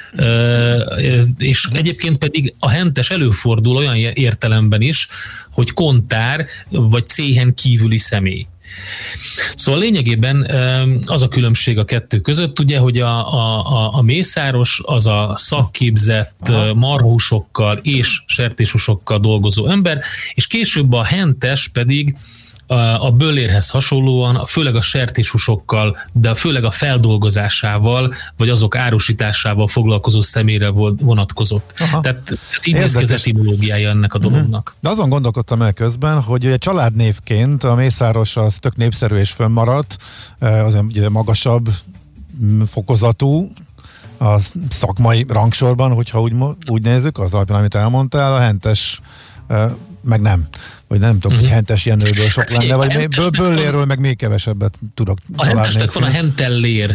És egyébként pedig a hentes előfordul olyan értelemben is, hogy kontár vagy céhen kívüli személy. Szóval lényegében az a különbség a kettő között, ugye, hogy a mészáros az a szakképzett marhahúsokkal és sertéshúsokkal dolgozó ember, és később a hentes pedig a böllérhez hasonlóan, főleg a sertéshúsokkal, de főleg a feldolgozásával, vagy azok árusításával foglalkozó személyre vonatkozott. Tehát így néz ki az etimológiája ennek a dolognak. De azon gondolkodtam el közben, hogy családnévként a mészáros az tök népszerű és fönnmaradt, az ugye magasabb fokozatú a szakmai rangsorban, hogyha úgy nézzük, az alapján, amit elmondtál, a hentes meg nem. Vagy nem tudok, hogy hentes Jenőből sok lenne, vagy böllérről meg még kevesebbet tudok. A hentesnek van a hentellér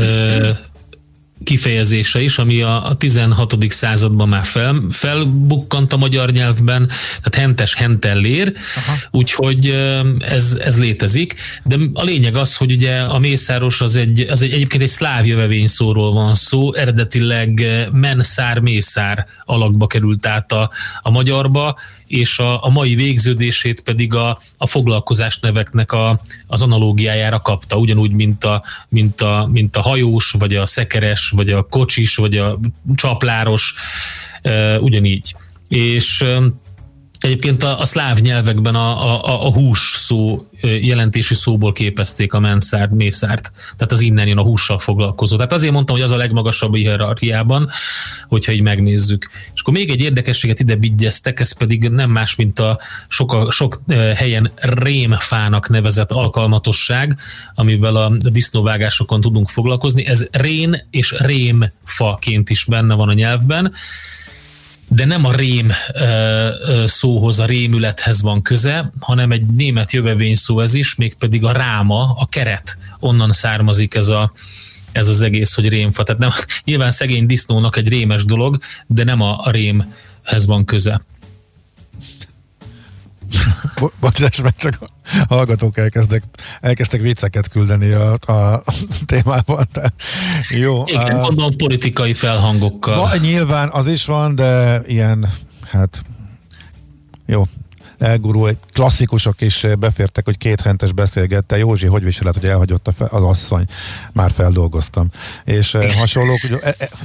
kifejezése is, ami a 16. században már felbukkant a magyar nyelvben, tehát hentes, hentellér, úgyhogy ez létezik, de a lényeg az, hogy ugye a mészáros az egyébként egy szláv jövevényszóról van szó, eredetileg menszár, mészár alakba került át a magyarba, és a mai végződését pedig a foglalkozás neveknek az analógiájára kapta, ugyanúgy, mint a hajós, vagy a szekeres, vagy a kocsis, vagy a csapláros, ugyanígy. És egyébként a szláv nyelvekben a hús szó jelentésű szóból képezték a menszárt, mészárt, tehát az innen jön a hússal foglalkozó. Tehát azért mondtam, hogy az a legmagasabb hierarchiában, hogyha így megnézzük. És akkor még egy érdekességet ide vigyeztek, ez pedig nem más, mint a sok helyen rémfának nevezett alkalmatosság, amivel a disznóvágásokon tudunk foglalkozni. Ez rén és rémfaként is benne van a nyelvben, de nem a rém szóhoz, a rémülethez van köze, hanem egy német jövevény szó ez is, mégpedig a ráma, a keret. Onnan származik ez az egész, hogy rémfa. Tehát nem, nyilván szegény disznónak egy rémes dolog, de nem a rémhez van köze. Bocsáss meg, csak a hallgatók elkezdtek vicceket küldeni a témában. Jó. Igen, gondolom politikai felhangokkal. Nyilván az is van, de ilyen, hát jó, elgurul, klasszikusok is befértek, hogy két hentes beszélgette. Józsi, hogy viseled, hogy elhagyott az asszony? Már feldolgoztam. És hasonlók, hogy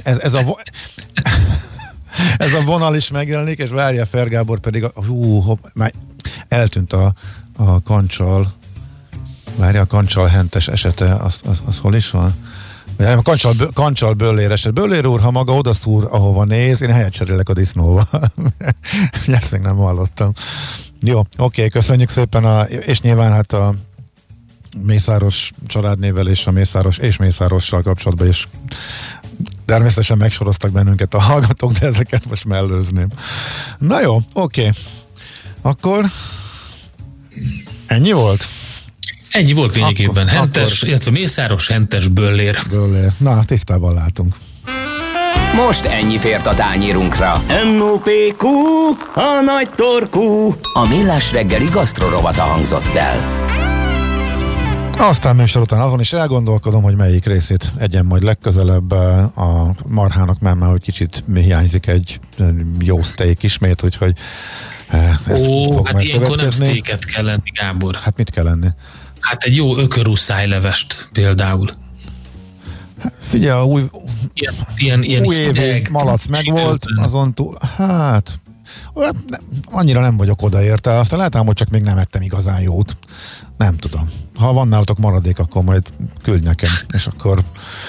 ez a vonal is megjelenik, és várja Fergábor pedig már eltűnt a kancsal Várja, a Kancsal-Hentes esete, az hol is van? Kancsal-Böllér eset. Böllér úr, ha maga odaszúr, ahova néz, én helyet cserélek a disznóba. Ezt még nem hallottam. Jó, oké, köszönjük szépen, és nyilván hát a Mészáros családnével és a Mészáros és Mészárossal kapcsolatban is természetesen megsoroztak bennünket a hallgatók, de ezeket most mellőzném. Na jó, oké. Akkor ennyi volt? Ennyi volt lényegében. Hentes, illetve Mészáros, Hentes, Böllér. Na, tisztában látunk. Most ennyi fért a tányérunkra. M.O.P.Q. a nagy torkú. A Millás reggeli gasztrorovata hangzott el. Aztán műsor után azon is elgondolkodom, hogy melyik részét egyen majd legközelebb a marhának, mert már hogy kicsit hiányzik egy jó steak ismét, úgyhogy hát ilyenkor nem steaket kell lenni, Gábor. Hát mit kell lenni? Hát egy jó ökörúszájlevest például. Hát figyelj, új évi malac megvolt, azon túl, hát annyira nem vagyok odaérte, aztán lehet ám, hogy csak még nem ettem igazán jót. Nem tudom. Ha van nálatok maradék, akkor majd küldj nekem, és akkor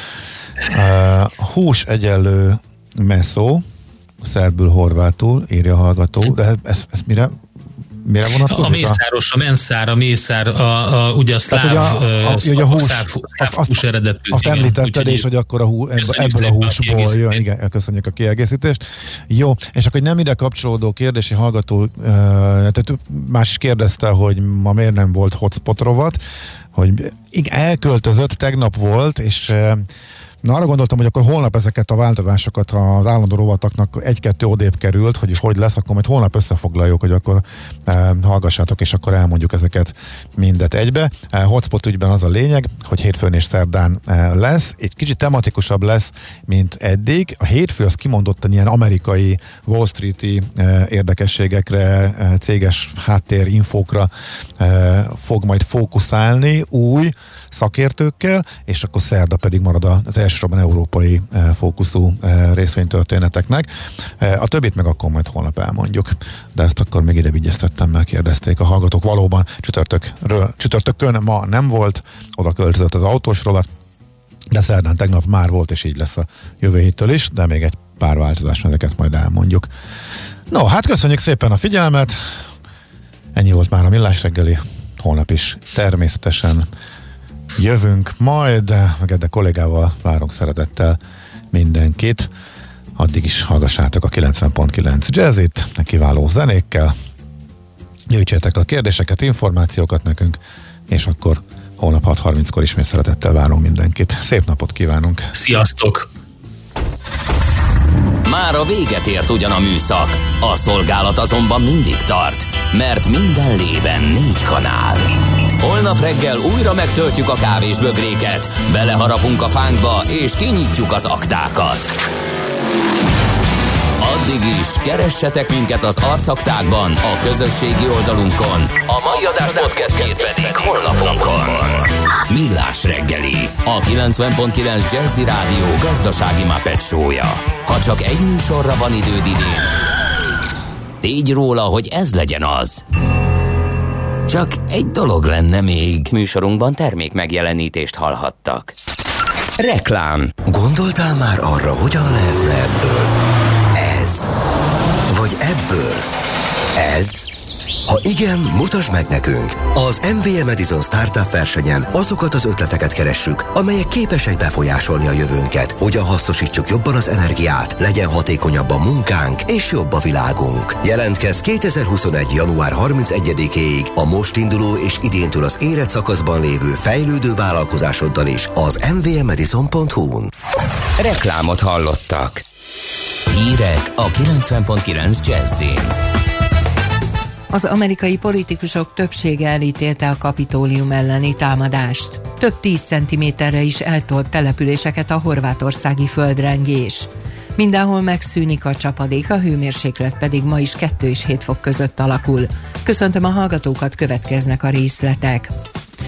hús egyenlő messzó, szerbül horvátul, írja a hallgató, de ez mire vonatkozik? A mészáros, a menszár, a mészár, ugye a szláv hús eredetű. Azt említetted, és hogy akkor ebből a húsból jön. Igen, köszönjük a kiegészítést. Jó, és akkor egy nem ide kapcsolódó kérdési hallgató, tehát más is kérdezte, hogy ma miért nem volt hotspot rovat, hogy elköltözött, tegnap volt, és na, arra gondoltam, hogy akkor holnap ezeket a változásokat az állandó rovataknak egy-kettő odébb került, hogy lesz, akkor majd holnap összefoglaljuk, hogy akkor hallgassátok, és akkor elmondjuk ezeket mindet egybe. Hotspot ügyben az a lényeg, hogy hétfőn és szerdán lesz, egy kicsit tematikusabb lesz, mint eddig. A hétfő az kimondottan ilyen amerikai Wall Street-i érdekességekre, céges háttérinfókra fog majd fókuszálni új szakértőkkel, és akkor szerda pedig marad az elsősorban európai fókuszú részvénytörténeteknek. A többit meg akkor majd holnap elmondjuk. De ezt akkor még ide vigyeztettem, mert kérdezték a hallgatók. Valóban csütörtökön ma nem volt, oda költözött az autós rovat, de szerdán tegnap már volt, és így lesz a jövő héttől is, de még egy pár változás, ezeket majd elmondjuk. No, hát köszönjük szépen a figyelmet, ennyi volt már a Millás reggeli, holnap is természetesen jövünk majd, meg kollégával várunk szeretettel mindenkit. Addig is hallgassátok a 90.9 Jazzit, kiváló zenékkel. Gyűjtsétek a kérdéseket, információkat nekünk, és akkor holnap 6:30-kor ismét szeretettel várunk mindenkit. Szép napot kívánunk! Sziasztok! Már a véget ért ugyan a műszak, a szolgálat azonban mindig tart, mert minden lében 4 kanál. Holnap reggel újra megtöltjük a kávésbögréket, beleharapunk a fánkba és kinyitjuk az aktákat. Addig is keressetek minket az arcaktákban, a közösségi oldalunkon. A mai adás podcastjét pedig honlapunkon. Millás reggeli, a 90.9 Jazzy Rádió gazdasági Muppet show-ja. Ha csak egy műsorra van időd idén, tégy róla, hogy ez legyen az. Csak egy dolog lenne még. Műsorunkban termék megjelenítést hallhattak. Reklám. Gondoltál már arra, hogyan lehetne ebből ez? Vagy ebből ez? Ha igen, mutasd meg nekünk! Az MVM Edison Startup versenyen azokat az ötleteket keressük, amelyek képesek befolyásolni a jövőnket, hogyan hasznosítsuk jobban az energiát, legyen hatékonyabb a munkánk és jobb a világunk. Jelentkezz 2021. január 31-éig a most induló és idéntől az érett szakaszban lévő fejlődő vállalkozásoddal is az mvmedison.hu-n. Reklámot hallottak. Hírek a 90.9 Jazzin. Az amerikai politikusok többsége elítélte a Kapitólium elleni támadást. Több 10 centiméterre is eltolt településeket a horvátországi földrengés. Mindenhol megszűnik a csapadék, a hőmérséklet pedig ma is 2 és 7 fok között alakul. Köszöntöm a hallgatókat, következnek a részletek.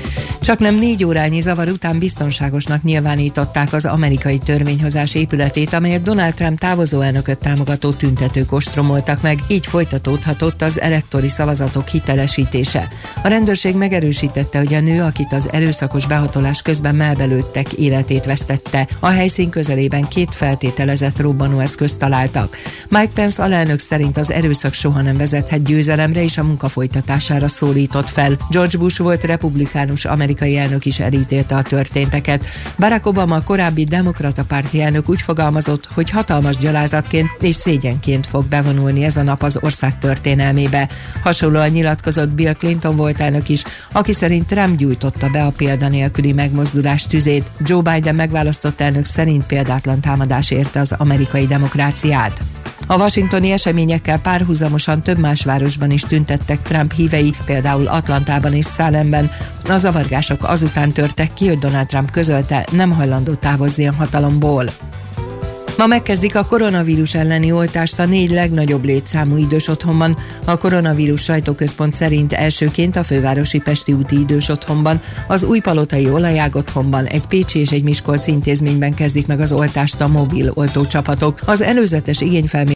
Csaknem 4 órányi zavar után biztonságosnak nyilvánították az amerikai törvényhozás épületét, amelyet Donald Trump távozó elnököt támogató tüntetők ostromoltak meg, így folytatódhatott az elektori szavazatok hitelesítése. A rendőrség megerősítette, hogy a nő, akit az erőszakos behatolás közben mellbelőttek, életét vesztette. A helyszín közelében 2 feltételezett robbanóeszközt találtak. Mike Pence alelnök szerint az erőszak soha nem vezethet győzelemre, és a munka folytatására szólított fel. George Bush volt republikánus amerikai elnök is elítélte a történteket. Barack Obama, korábbi demokrata párti elnök úgy fogalmazott, hogy hatalmas gyalázatként és szégyenként fog bevonulni ez a nap az ország történelmébe. Hasonlóan nyilatkozott Bill Clinton volt elnök is, aki szerint Trump gyújtotta be a példanélküli megmozdulás tüzét. Joe Biden megválasztott elnök szerint példátlan támadás érte az amerikai demokráciát. A washingtoni eseményekkel párhuzamosan több más városban is tüntettek Trump hívei, például Atlantában és Salemben. A zavargások azután törtek ki, hogy Donald Trump közölte, nem hajlandó távozni a hatalomból. Ma megkezdik a koronavírus elleni oltást a 4 legnagyobb létszámú idős otthonban. A koronavírus sajtóközpont szerint elsőként a fővárosi Pesti úti idős otthonban, az újpalotai Olajág otthonban, egy pécsi és egy miskolci intézményben kezdik meg az oltást a mobil oltócsapatok. Az előzetes igényfelmérés